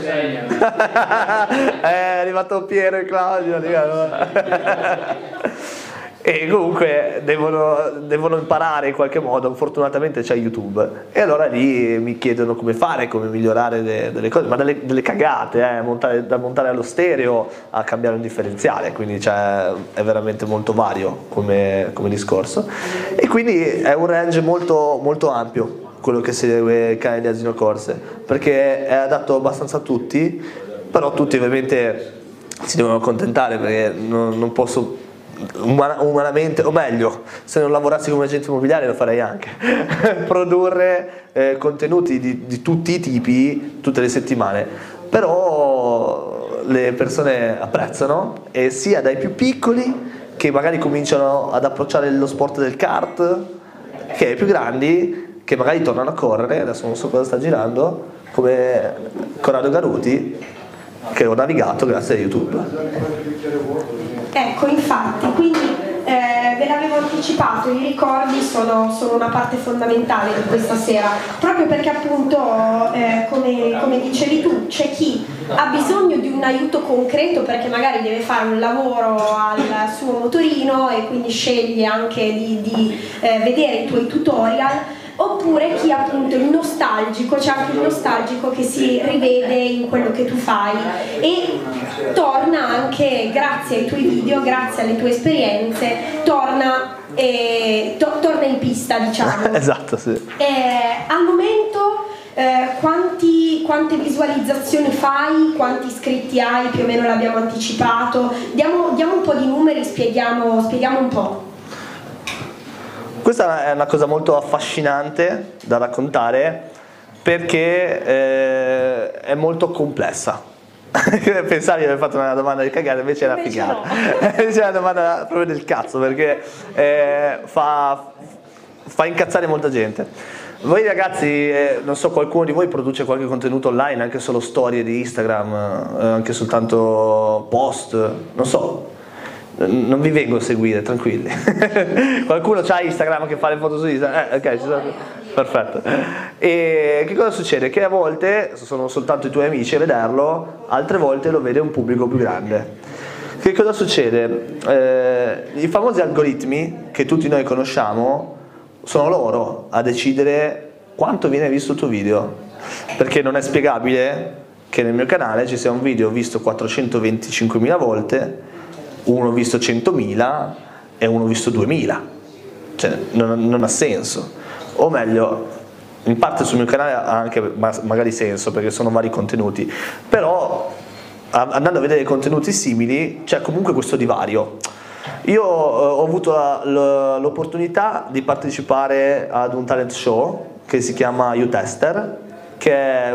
È arrivato Piero e Claudio. E comunque devono imparare in qualche modo. Fortunatamente c'è YouTube, e allora lì mi chiedono come fare, come migliorare delle cose, ma delle cagate, da montare allo stereo a cambiare un differenziale, quindi è veramente molto vario come discorso, e quindi è un range molto, molto ampio quello che segue il canale di Asino Corse, perché è adatto abbastanza a tutti, però tutti ovviamente si devono accontentare, perché non posso umanamente, o meglio, se non lavorassi come agente immobiliare lo farei anche, produrre contenuti di tutti i tipi tutte le settimane, però le persone apprezzano, e sia dai più piccoli che magari cominciano ad approcciare lo sport del kart, che ai più grandi che magari tornano a correre. Adesso non so cosa sta girando, come Corrado Garuti, che ho navigato grazie a YouTube. Ecco, infatti, quindi ve l'avevo anticipato anticipato, i ricordi sono una parte fondamentale di questa sera, proprio perché appunto, come dicevi tu, c'è chi ha bisogno di un aiuto concreto perché magari deve fare un lavoro al suo motorino e quindi sceglie anche di vedere i tuoi tutorial, oppure chi appunto il nostalgico, c'è anche il nostalgico che si rivede in quello che tu fai e torna anche grazie ai tuoi video, grazie alle tue esperienze, torna in pista, diciamo. Esatto, sì. Al momento quante visualizzazioni fai, quanti iscritti hai, più o meno l'abbiamo anticipato, diamo un po' di numeri, spieghiamo un po'. Questa è una cosa molto affascinante da raccontare perché è molto complessa. Pensavi di aver fatto una domanda di cagare, invece era figata. Invece è una domanda proprio del cazzo perché fa incazzare molta gente. Voi ragazzi, non so, qualcuno di voi produce qualche contenuto online, anche solo storie di Instagram, anche soltanto post, non so. Non vi vengo a seguire, tranquilli. Qualcuno c'ha Instagram che fa le foto su Instagram? Ok, ci sono. Perfetto. E che cosa succede? Che a volte sono soltanto i tuoi amici a vederlo, altre volte lo vede un pubblico più grande. Che cosa succede? I famosi algoritmi che tutti noi conosciamo sono loro a decidere quanto viene visto il tuo video, perché non è spiegabile che nel mio canale ci sia un video visto 425.000 volte, uno visto 100.000 e uno visto 2.000, cioè non ha senso. O meglio, in parte sul mio canale ha anche magari senso perché sono vari contenuti, però andando a vedere contenuti simili c'è comunque questo divario. Io ho avuto l'opportunità di partecipare ad un talent show che si chiama U-Tester, che è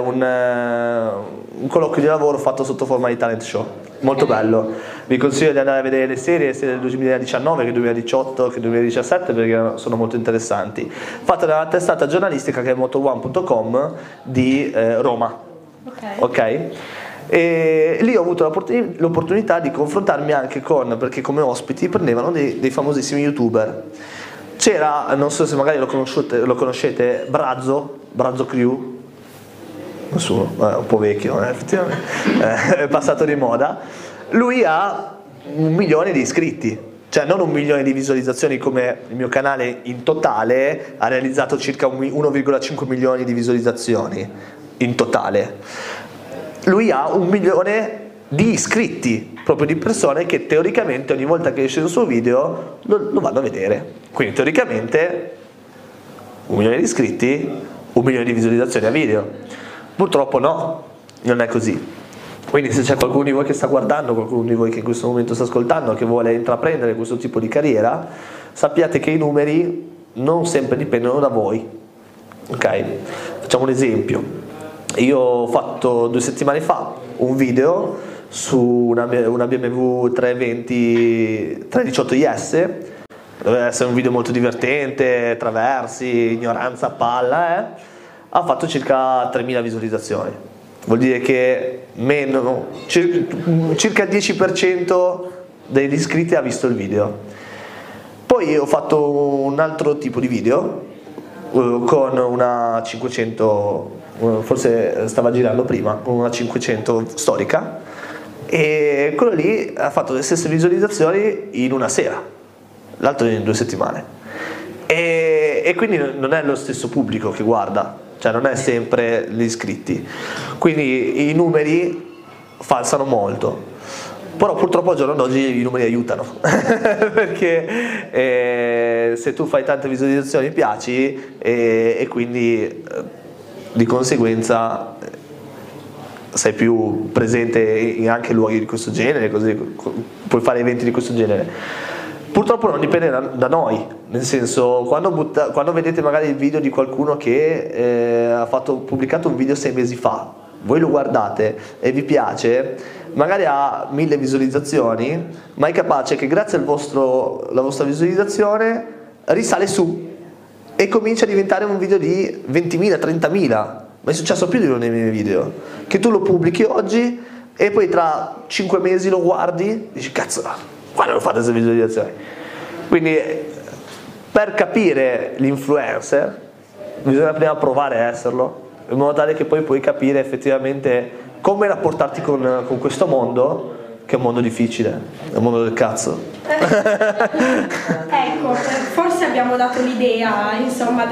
un colloquio di lavoro fatto sotto forma di talent show, molto bello. Vi consiglio di andare a vedere le serie sia del 2019 che 2018 che 2017 perché sono molto interessanti, fatte da una testata giornalistica che è motor1.com di Roma. Ok? E lì ho avuto l'opportunità di confrontarmi anche perché come ospiti prendevano dei famosissimi youtuber. C'era, non so se magari lo conoscete, Brazzo Crew. Nessuno, un po' vecchio, effettivamente, è passato di moda. Lui ha 1 milione di iscritti, cioè non 1 milione di visualizzazioni come il mio canale in totale ha realizzato circa 1,5 milioni di visualizzazioni in totale. Lui ha 1 milione di iscritti, proprio di persone che teoricamente ogni volta che esce il suo video lo vanno a vedere. Quindi teoricamente 1 milione di iscritti, 1 milione di visualizzazioni a video. Purtroppo no, non è così. Quindi se c'è qualcuno di voi che sta guardando, qualcuno di voi che in questo momento sta ascoltando, che vuole intraprendere questo tipo di carriera, sappiate che i numeri non sempre dipendono da voi. Ok? Facciamo un esempio. Io ho fatto 2 settimane fa un video su una BMW 318 IS. Doveva essere un video molto divertente, traversi, ignoranza a palla, ha fatto circa 3.000 visualizzazioni. Vuol dire che circa il 10% degli iscritti ha visto il video. Poi ho fatto un altro tipo di video con una 500, forse stava girando prima, con una 500 storica, e quello lì ha fatto le stesse visualizzazioni in una sera, l'altro in 2 settimane. E quindi non è lo stesso pubblico che guarda, cioè non è sempre gli iscritti, quindi i numeri falsano molto, però purtroppo al giorno d'oggi i numeri aiutano perché se tu fai tante visualizzazioni piaci e quindi di conseguenza sei più presente in anche luoghi di questo genere, così puoi fare eventi di questo genere. Purtroppo non dipende da noi, nel senso quando vedete magari il video di qualcuno che ha pubblicato un video 6 mesi fa, voi lo guardate e vi piace, magari ha 1000 visualizzazioni, ma è capace che grazie alla vostra visualizzazione risale su e comincia a diventare un video di 20.000, 30.000, ma è successo più di uno dei miei video, che tu lo pubblichi oggi e poi tra 5 mesi lo guardi e dici cazzo, quando ho fatto queste visualizzazioni. Quindi Per capire l'influencer bisogna prima provare a esserlo, in modo tale che poi puoi capire effettivamente come rapportarti con questo mondo, che è un mondo difficile, è un mondo del cazzo. Ecco, forse abbiamo dato l'idea, insomma,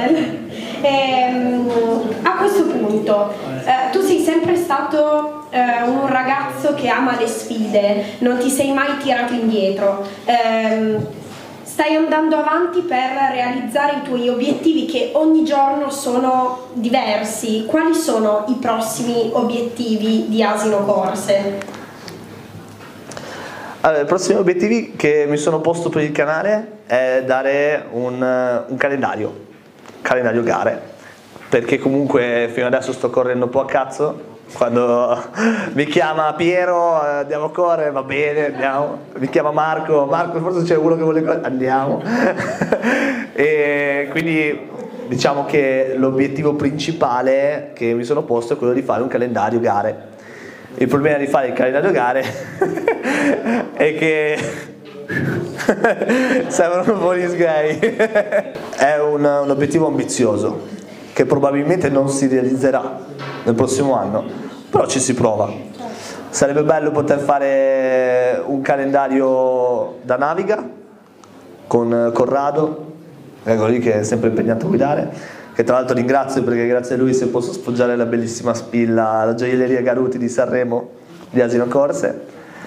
a questo punto, tu sei sempre stato un ragazzo che ama le sfide, non ti sei mai tirato indietro. Stai andando avanti per realizzare i tuoi obiettivi che ogni giorno sono diversi. Quali sono i prossimi obiettivi di Asino Corse? Allora, i prossimi obiettivi che mi sono posto per il canale è dare un calendario gare, perché comunque fino adesso sto correndo un po' a cazzo. Quando mi chiama Piero, andiamo a correre, va bene, andiamo. Mi chiama Marco, forse c'è uno che vuole correre, andiamo. E quindi diciamo che l'obiettivo principale che mi sono posto è quello di fare un calendario gare. Il problema di fare il calendario gare è che sembrano un po' gli sgay. È un obiettivo ambizioso che probabilmente non si realizzerà nel prossimo anno, però ci si prova. Sarebbe bello poter fare un calendario da naviga con Corrado, ecco lì, che è sempre impegnato a guidare, che tra l'altro ringrazio perché grazie a lui si posso sfoggiare la bellissima spilla, la gioielleria Garuti di Sanremo di Asino Corse.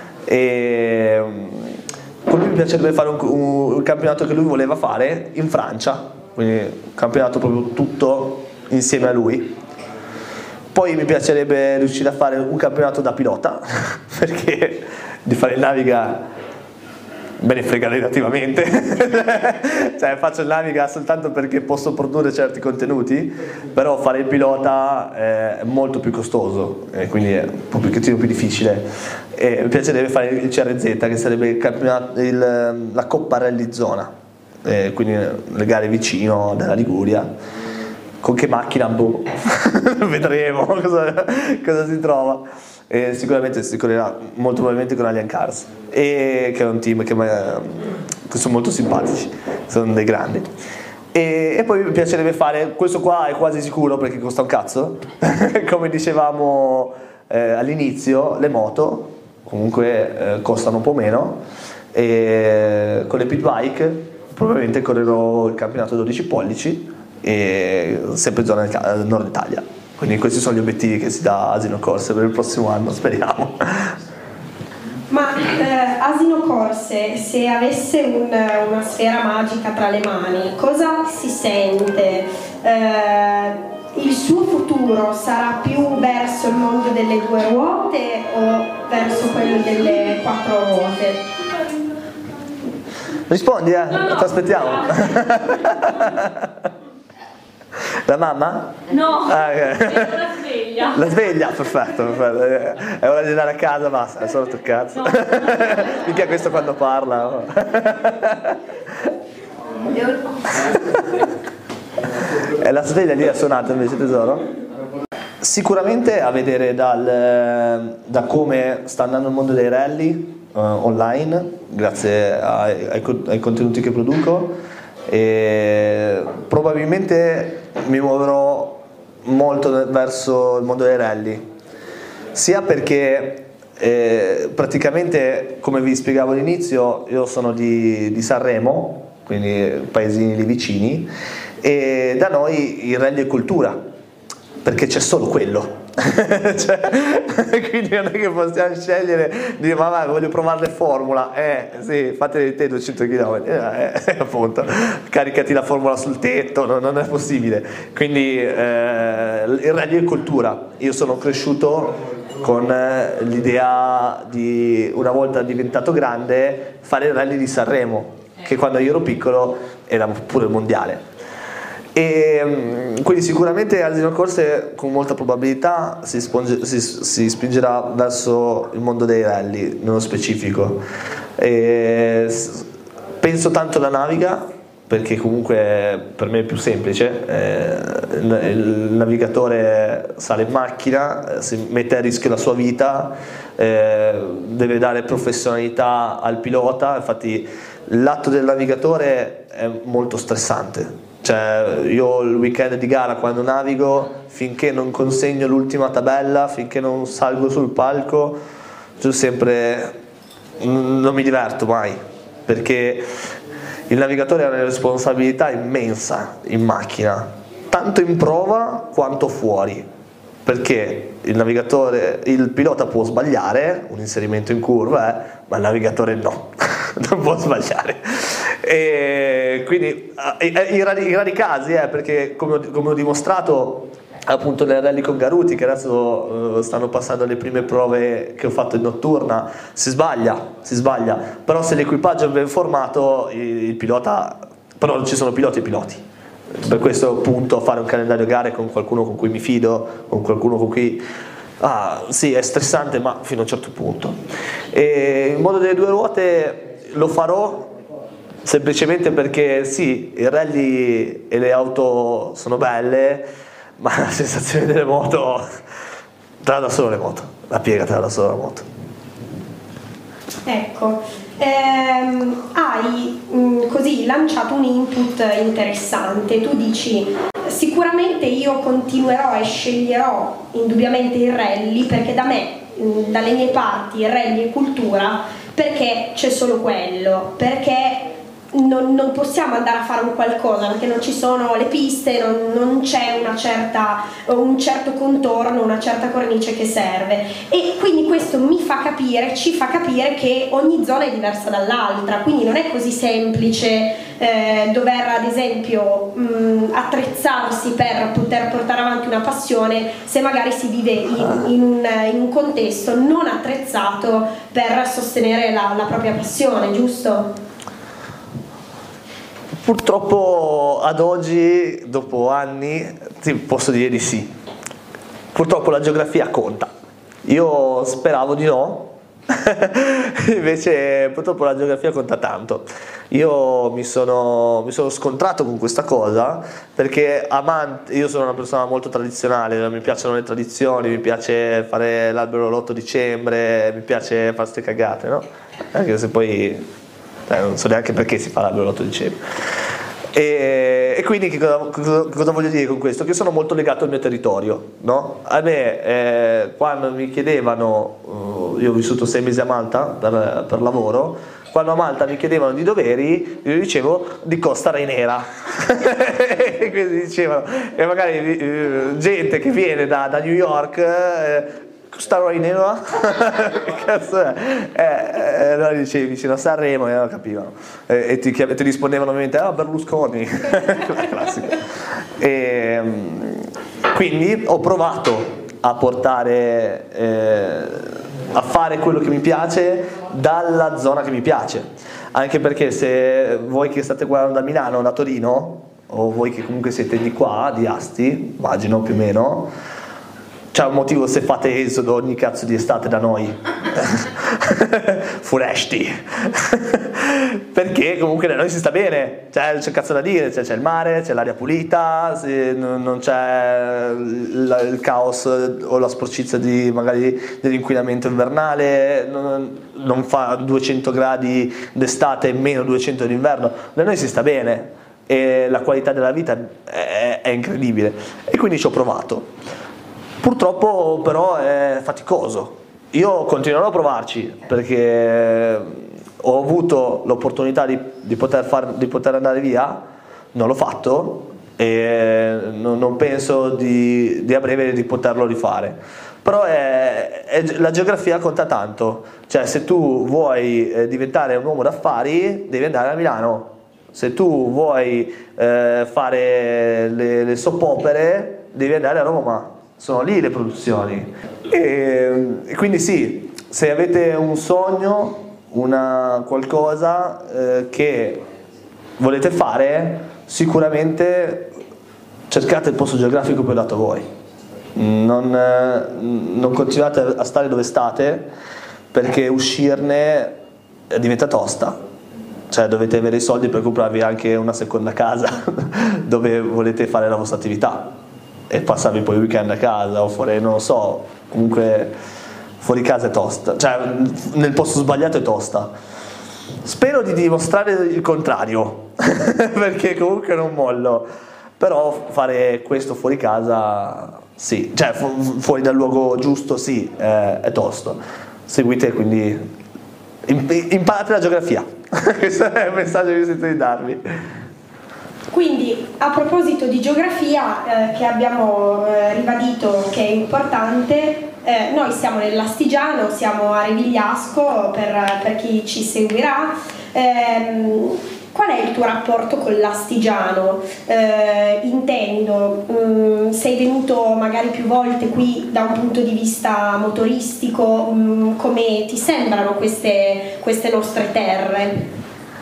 E con lui mi piacerebbe fare un campionato che lui voleva fare in Francia, quindi un campionato proprio tutto insieme a lui. Poi mi piacerebbe riuscire a fare un campionato da pilota, perché di fare il naviga me ne frega relativamente. Cioè faccio il naviga soltanto perché posso produrre certi contenuti, però fare il pilota è molto più costoso e quindi è un pochettino più difficile. E mi piacerebbe fare il CRZ, che sarebbe il campionato, la Coppa Rally Zona, quindi le gare vicino della Liguria. Con che macchina? Boh. Vedremo cosa si trova. E sicuramente si correrà molto probabilmente con Alien Cars, che è un team che sono molto simpatici, sono dei grandi. E poi mi piacerebbe fare, questo qua è quasi sicuro perché costa un cazzo, come dicevamo all'inizio, le moto comunque costano un po' meno, e con le pit bike probabilmente correrò il campionato 12 pollici, e sempre in zona del nord Italia. Quindi questi sono gli obiettivi che si dà Asino Corse per il prossimo anno, speriamo. Ma Asino Corse, se avesse una sfera magica tra le mani, cosa si sente? Il suo futuro sarà più verso il mondo delle 2 ruote o verso quello delle 4 ruote? Rispondi, ti aspettiamo. La mamma? No, okay. la sveglia. La sveglia, perfetto. È ora di andare a casa, basta, è solo il cazzo. No. Mica questo quando parla. E la sveglia lì ha suonato invece, tesoro? Sicuramente a vedere da come sta andando il mondo dei rally online, grazie ai contenuti che produco. E probabilmente mi muoverò molto verso il mondo dei rally, sia perché praticamente, come vi spiegavo all'inizio, io sono di Sanremo, quindi paesini lì vicini, e da noi il rally è cultura, perché c'è solo quello. Cioè, quindi non è che possiamo scegliere di dire ma voglio provare le Formula, sì, fate te 200 km, appunto, caricati la Formula sul tetto, non è possibile. Quindi il rally è cultura. Io sono cresciuto con l'idea di, una volta diventato grande, fare il rally di Sanremo, che quando io ero piccolo era pure il mondiale. E quindi sicuramente Asino Corse con molta probabilità si spingerà verso il mondo dei rally nello specifico. Penso tanto alla naviga, perché comunque per me è più semplice, il navigatore sale in macchina, si mette a rischio la sua vita, deve dare professionalità al pilota. Infatti l'atto del navigatore è molto stressante. Cioè io il weekend di gara quando navigo, finché non consegno l'ultima tabella, finché non salgo sul palco, io sempre non mi diverto mai, perché il navigatore ha una responsabilità immensa in macchina, tanto in prova quanto fuori, perché il pilota può sbagliare un inserimento in curva, ma il navigatore no, non può sbagliare. E quindi in rari casi, perché come ho dimostrato appunto nel rally con Garuti, che adesso stanno passando le prime prove che ho fatto in notturna, si sbaglia, però se l'equipaggio è ben formato il pilota, però non ci sono piloti e piloti. Per questo appunto fare un calendario gare con qualcuno con cui mi fido, con qualcuno con cui sì, è stressante, ma fino a un certo punto. E il mondo delle due ruote lo farò semplicemente perché sì, i rally e le auto sono belle, ma la sensazione delle moto te la dà solo le moto, la piega te la dà solo la moto. Ecco, hai così lanciato un input interessante. Tu dici: sicuramente io continuerò e sceglierò indubbiamente il rally, perché da me, dalle mie parti, il rally è cultura, perché c'è solo quello, perché non possiamo andare a fare un qualcosa perché non ci sono le piste, non c'è un certo contorno, una certa cornice che serve, e quindi questo ci fa capire che ogni zona è diversa dall'altra, quindi non è così semplice dover ad esempio attrezzarsi per poter portare avanti una passione se magari si vive in un contesto non attrezzato per sostenere la propria passione, giusto? Purtroppo ad oggi, dopo anni, ti posso dire di sì. Purtroppo la geografia conta. Io speravo di no, invece purtroppo la geografia conta tanto. Io mi sono scontrato con questa cosa perché io sono una persona molto tradizionale, mi piacciono le tradizioni, mi piace fare l'albero l'8 dicembre, mi piace fare queste cagate, no? Anche se poi non so neanche perché si fa l'albero l'8 dicembre. E quindi cosa voglio dire con questo? Che sono molto legato al mio territorio, no? A me quando mi chiedevano, io ho vissuto 6 mesi a Malta per lavoro, quando a Malta mi chiedevano di doveri, io dicevo di Costa Reinera. E quindi dicevano, e magari gente che viene da New York, Costa Reinera? Che cazzo è? Allora dicevi vicino a Sanremo e non capivano. E ti rispondevano ovviamente, Berlusconi. Classico. E quindi ho provato a portare, a fare quello che mi piace dalla zona che mi piace. Anche perché se voi che state guardando da Milano o da Torino, o voi che comunque siete di qua, di Asti, immagino più o meno, c'è un motivo se fate esodo ogni cazzo di estate da noi. Furesti. Perché comunque da noi si sta bene, c'è cazzo da dire, c'è il mare, c'è l'aria pulita, non c'è il caos o la sporcizia magari dell'inquinamento invernale, non fa 200 gradi d'estate e meno 200 d'inverno, da noi si sta bene e la qualità della vita è incredibile, e quindi ci ho provato. Purtroppo però è faticoso. Io continuerò a provarci perché ho avuto l'opportunità di poter andare via, non l'ho fatto e non penso a breve di poterlo rifare. Però la geografia conta tanto, cioè se tu vuoi diventare un uomo d'affari devi andare a Milano, se tu vuoi fare le soap opere devi andare a Roma. Sono lì le produzioni. E quindi sì, se avete un sogno, qualcosa che volete fare, sicuramente cercate il posto geografico più adatto a voi. Non continuate a stare dove state, perché uscirne diventa tosta. Cioè dovete avere i soldi per comprarvi anche una seconda casa dove volete fare la vostra attività e passarvi poi il weekend a casa o fuori, non lo so, comunque fuori casa è tosta, cioè nel posto sbagliato è tosta. Spero di dimostrare il contrario, perché comunque non mollo, però fare questo fuori casa sì, cioè fuori dal luogo giusto sì, è tosto. Seguite quindi, imparate la geografia, questo è il messaggio che vi sento di darvi. Quindi, a proposito di geografia, che abbiamo ribadito che è importante, noi siamo nell'Astigiano, siamo a Revigliasco per chi ci seguirà. Qual è il tuo rapporto con l'Astigiano? Intendo, sei venuto magari più volte qui da un punto di vista motoristico, come ti sembrano queste nostre terre?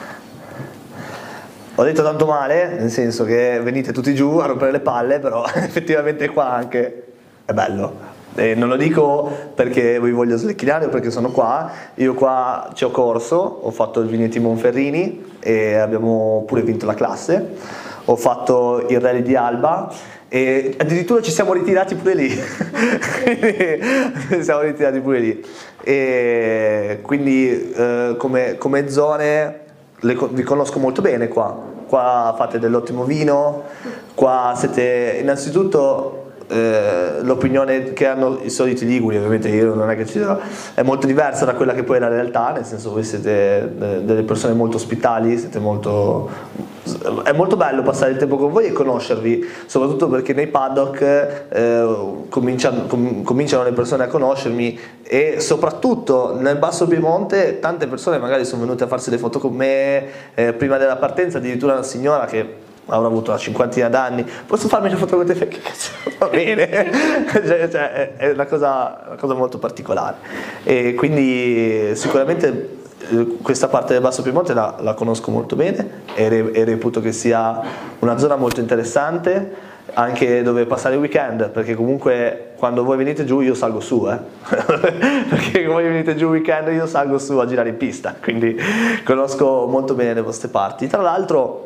Ho detto tanto male, nel senso che venite tutti giù a rompere le palle, però effettivamente qua anche è bello. E non lo dico perché vi voglio slechinare o perché sono qua. Io qua ci ho corso, ho fatto il Vigneti Monferrini e abbiamo pure vinto la classe. Ho fatto il rally di Alba e addirittura ci siamo ritirati pure lì. Siamo ritirati pure lì. E quindi come zone vi conosco molto bene qua. Qua fate dell'ottimo vino, qua siete innanzitutto l'opinione che hanno i soliti liguri, ovviamente io non è che ci sono, è molto diversa da quella che poi è la realtà, nel senso voi siete delle persone molto ospitali, è molto bello passare il tempo con voi e conoscervi, soprattutto perché nei paddock cominciano le persone a conoscermi e soprattutto nel Basso Piemonte tante persone magari sono venute a farsi le foto con me prima della partenza, addirittura una signora che avrà avuto una cinquantina d'anni, posso farmi le foto con te? Che cazzo, va bene. Cioè, è una cosa molto particolare e quindi sicuramente questa parte del Basso Piemonte la conosco molto bene e reputo che sia una zona molto interessante anche dove passare il weekend, perché comunque quando voi venite giù io salgo su perché voi venite giù il weekend io salgo su a girare in pista, quindi conosco molto bene le vostre parti. Tra l'altro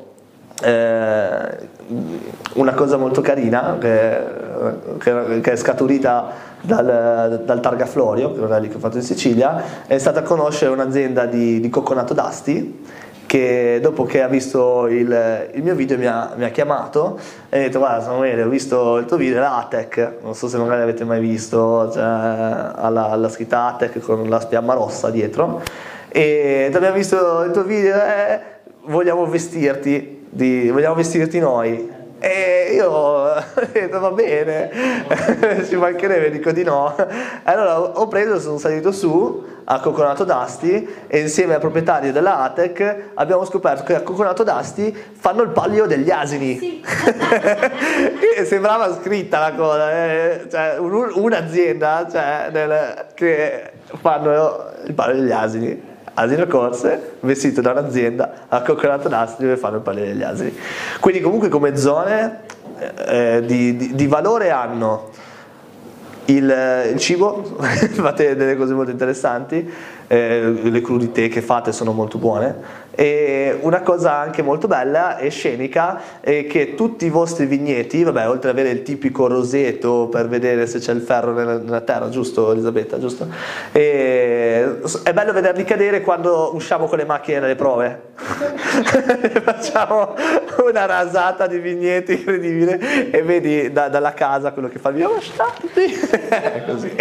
una cosa molto carina che è scaturita dal Targa Florio, che è un rally che ho fatto in Sicilia, è stata conoscere un'azienda di cocconato d'Asti che dopo che ha visto il mio video mi ha chiamato e ha detto: guarda Samuele, ho visto il tuo video, la ATEC, non so se magari l'avete mai visto, cioè, alla scritta ATEC con la spiamma rossa dietro, e abbiamo visto il tuo video, vogliamo vestirti noi. E io ho detto va bene, ci mancherebbe, dico di no. Allora ho preso, sono salito su a Cocconato d'Asti e insieme al proprietario della ATEC abbiamo scoperto che a Cocconato d'Asti fanno il palio degli asini. Sì. E sembrava scritta la cosa, cioè, un'azienda che fanno il palio degli asini. Asino Corse, vestito da un'azienda a Cocconato d'Asti dove fanno il palio degli asini. Quindi comunque come zone di valore hanno il cibo, fate delle cose molto interessanti, le crudité che fate sono molto buone, e una cosa anche molto bella e scenica è che tutti i vostri vigneti, vabbè, oltre ad avere il tipico roseto per vedere se c'è il ferro nella terra, giusto Elisabetta, giusto? E è bello vederli cadere quando usciamo con le macchine dalle prove. Facciamo una rasata di vigneti incredibile e vedi dalla casa quello che fa il mio così.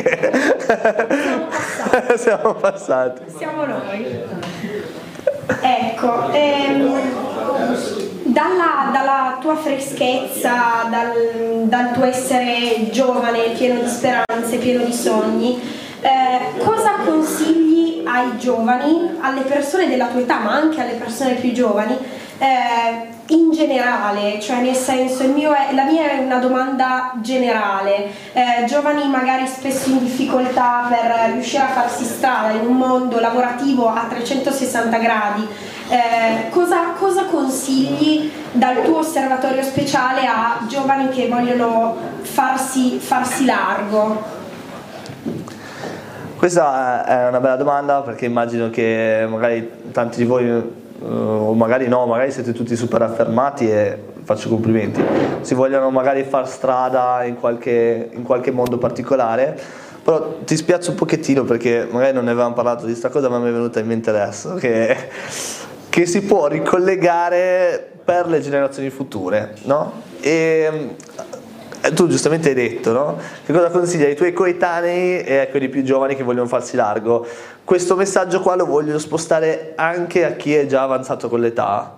Siamo passati. Siamo noi. Ecco, dalla tua freschezza, dal tuo essere giovane, pieno di speranze, pieno di sogni, cosa consigli ai giovani, alle persone della tua età, ma anche alle persone più giovani, in generale, cioè nel senso, la mia è una domanda generale, giovani magari spesso in difficoltà per riuscire a farsi strada in un mondo lavorativo a 360 gradi, cosa consigli dal tuo osservatorio speciale a giovani che vogliono farsi largo? Questa è una bella domanda, perché immagino che magari tanti di voi, o magari no, magari siete tutti super affermati e faccio complimenti, si vogliono magari far strada in qualche mondo particolare. Però ti spiazzo un pochettino perché magari non ne avevamo parlato di sta cosa, ma mi è venuta in mente adesso, che si può ricollegare per le generazioni future, no? E tu giustamente hai detto, no? Che cosa consigli ai tuoi coetanei e a quelli più giovani che vogliono farsi largo? Questo messaggio qua lo voglio spostare anche a chi è già avanzato con l'età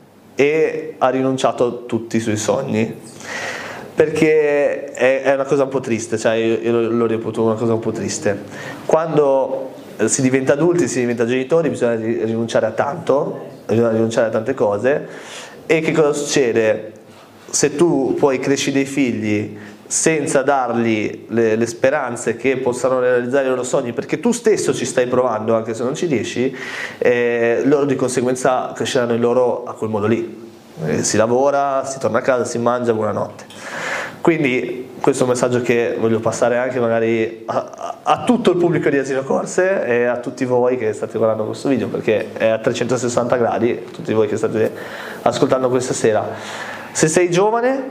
e ha rinunciato a tutti i suoi sogni, perché è una cosa un po' triste, cioè io l'ho reputo una cosa un po' triste. Quando si diventa adulti, si diventa genitori, bisogna rinunciare a tanto, bisogna rinunciare a tante cose. E che cosa succede? Se tu poi cresci dei figli senza dargli le speranze che possano realizzare i loro sogni, perché tu stesso ci stai provando anche se non ci riesci, loro di conseguenza cresceranno in loro a quel modo lì. Si lavora, si torna a casa, si mangia, buonanotte. Quindi questo è un messaggio che voglio passare anche magari a tutto il pubblico di Asino Corse e a tutti voi che state guardando questo video, perché è a 360 gradi, tutti voi che state ascoltando questa sera. Se sei giovane,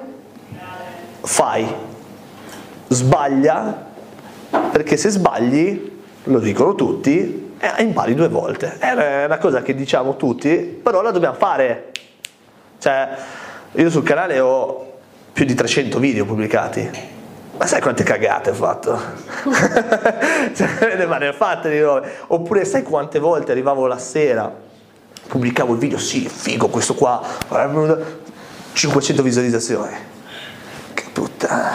fai, sbaglia, perché se sbagli, lo dicono tutti, impari 2 volte. È una cosa che diciamo tutti, però la dobbiamo fare. Cioè, io sul canale ho più di 300 video pubblicati, ma sai quante cagate ho fatto? Cioè, ma ne ho fatte di nuove. Oppure sai quante volte arrivavo la sera, pubblicavo il video, sì, figo questo qua, 500 visualizzazioni, che puttana.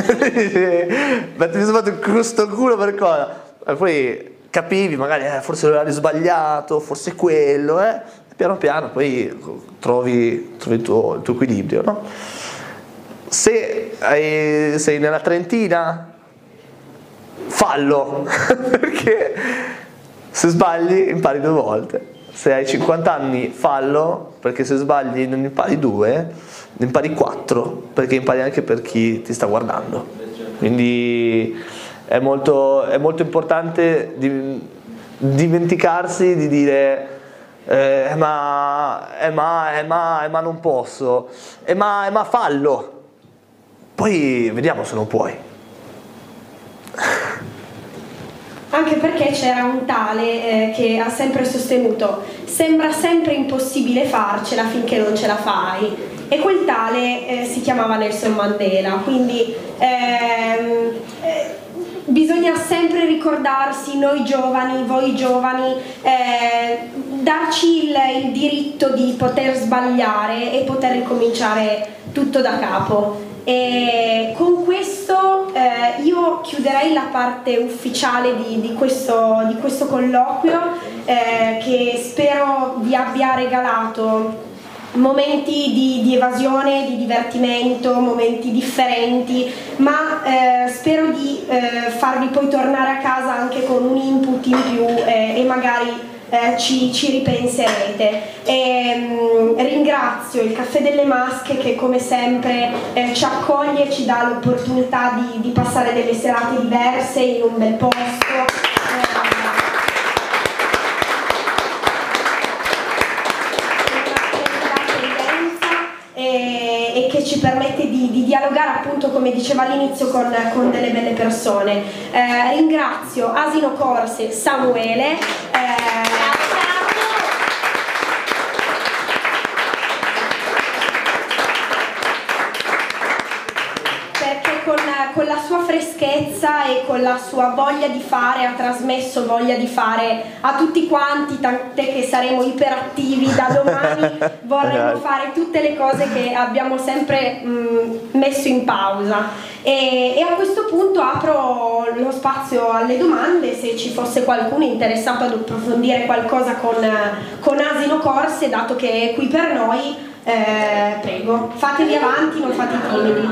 Ma ti sono fatto questo culo per cosa? E poi capivi magari forse l'orario sbagliato, forse quello, piano piano poi trovi il tuo equilibrio, no? Se sei nella trentina, fallo, perché se sbagli impari 2 volte. Se hai 50 anni, fallo, perché se sbagli non impari 2, ne impari 4, perché impari anche per chi ti sta guardando. Quindi è molto importante dimenticarsi di dire ma non posso, ma fallo, poi vediamo se non puoi. Anche perché c'era un tale che ha sempre sostenuto: sembra sempre impossibile farcela finché non ce la fai, e quel tale si chiamava Nelson Mandela. Quindi bisogna sempre ricordarsi, noi giovani, voi giovani, darci il diritto di poter sbagliare e poter ricominciare tutto da capo. E con questo io chiuderei la parte ufficiale di questo colloquio, che spero vi abbia regalato momenti di evasione, di divertimento, momenti differenti, ma spero di farvi poi tornare a casa anche con un input in più e magari ci ripenserete. Ringrazio il Caffè delle Masche che come sempre ci accoglie e ci dà l'opportunità di passare delle serate diverse in un bel posto. E che ci permette di dialogare, appunto, come diceva all'inizio, con delle belle persone. Ringrazio Asino Corse, Samuele, con la sua freschezza e con la sua voglia di fare ha trasmesso voglia di fare a tutti quanti, tant'è che saremo iperattivi da domani. Vorremmo fare tutte le cose che abbiamo sempre messo in pausa, e a questo punto apro lo spazio alle domande. Se ci fosse qualcuno interessato ad approfondire qualcosa con Asino Corse, dato che è qui per noi, prego, fatevi avanti, non fate timidi.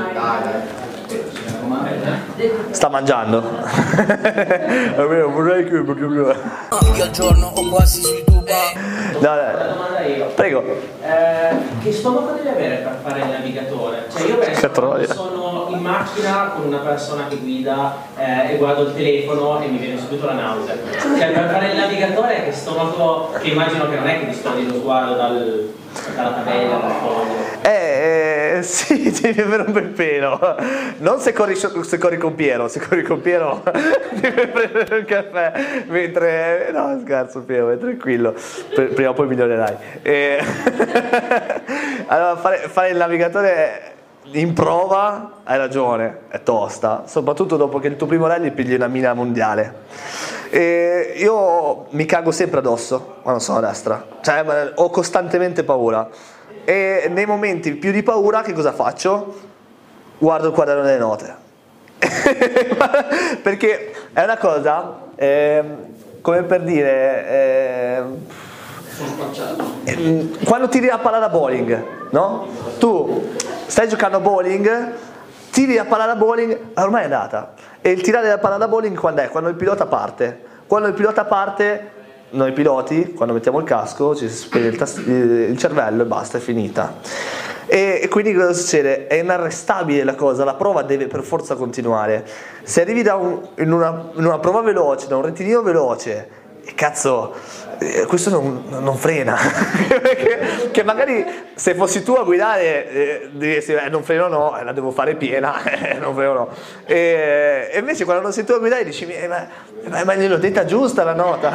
Sta mangiando. Vorrei che io al giorno ho quasi su YouTube. Domanda io. Prego. Che stomaco devi avere per fare il navigatore? Cioè io penso che sono in macchina con una persona che guida e guardo il telefono e mi viene subito la nausea. Cioè per fare il navigatore, che stomaco, che immagino che non è che distogli lo sguardo dalla tabella, dal foglio. Sì, devi avere un bel pelo. Non se corri con Piero, se corri con Piero devi prendere un caffè. Mentre, no scherzo Piero, è tranquillo, prima o poi migliorerai. Allora fare il navigatore in prova, hai ragione, è tosta, soprattutto dopo che il tuo primo rally pigli una mina mondiale. E io mi cago sempre addosso quando sono a destra, cioè ho costantemente paura, e nei momenti più di paura che cosa faccio? Guardo il quaderno delle note. Perché è una cosa come per dire quando tiri la palla da bowling, no? Tu stai giocando a bowling, tiri la palla da bowling, ormai è andata. E il tirare la palla da bowling quando è? Quando il pilota parte. Quando il pilota parte, noi piloti, quando mettiamo il casco, ci si spegne il cervello e basta, è finita. E quindi cosa succede? È inarrestabile la cosa, la prova deve per forza continuare. Se arrivi in una prova veloce, da un rettilineo veloce, e cazzo, questo non frena. Che magari se fossi tu a guidare diresti non freno no, la devo fare piena, non freno no. E invece quando non sei tu a guidare dici ma gliel'ho detta giusta la nota.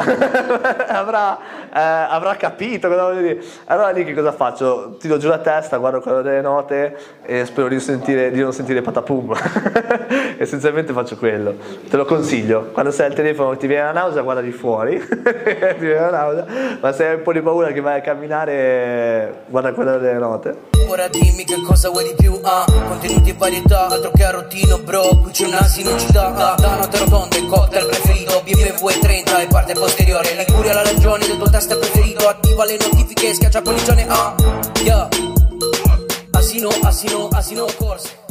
avrà capito cosa voglio dire. Allora lì che cosa faccio? Tiro giù la testa, guardo quello delle note e spero di non sentire patapum. Essenzialmente faccio quello, te lo consiglio. Quando sei al telefono ti viene la nausea, guarda di fuori. Ti viene la nausea, ma se hai un po' di paura che vai a camminare, guarda quello delle note. Ora dimmi che cosa vuoi di più, contenuti e varietà, altro che arrotino bro, qui c'è un'asinicità, da note rotonde, cocktail preferito, BMW 30 e parte posteriore, Liguria la regione del tuo test preferito, attiva le notifiche, schiaccia polligione, yeah. Asino corse.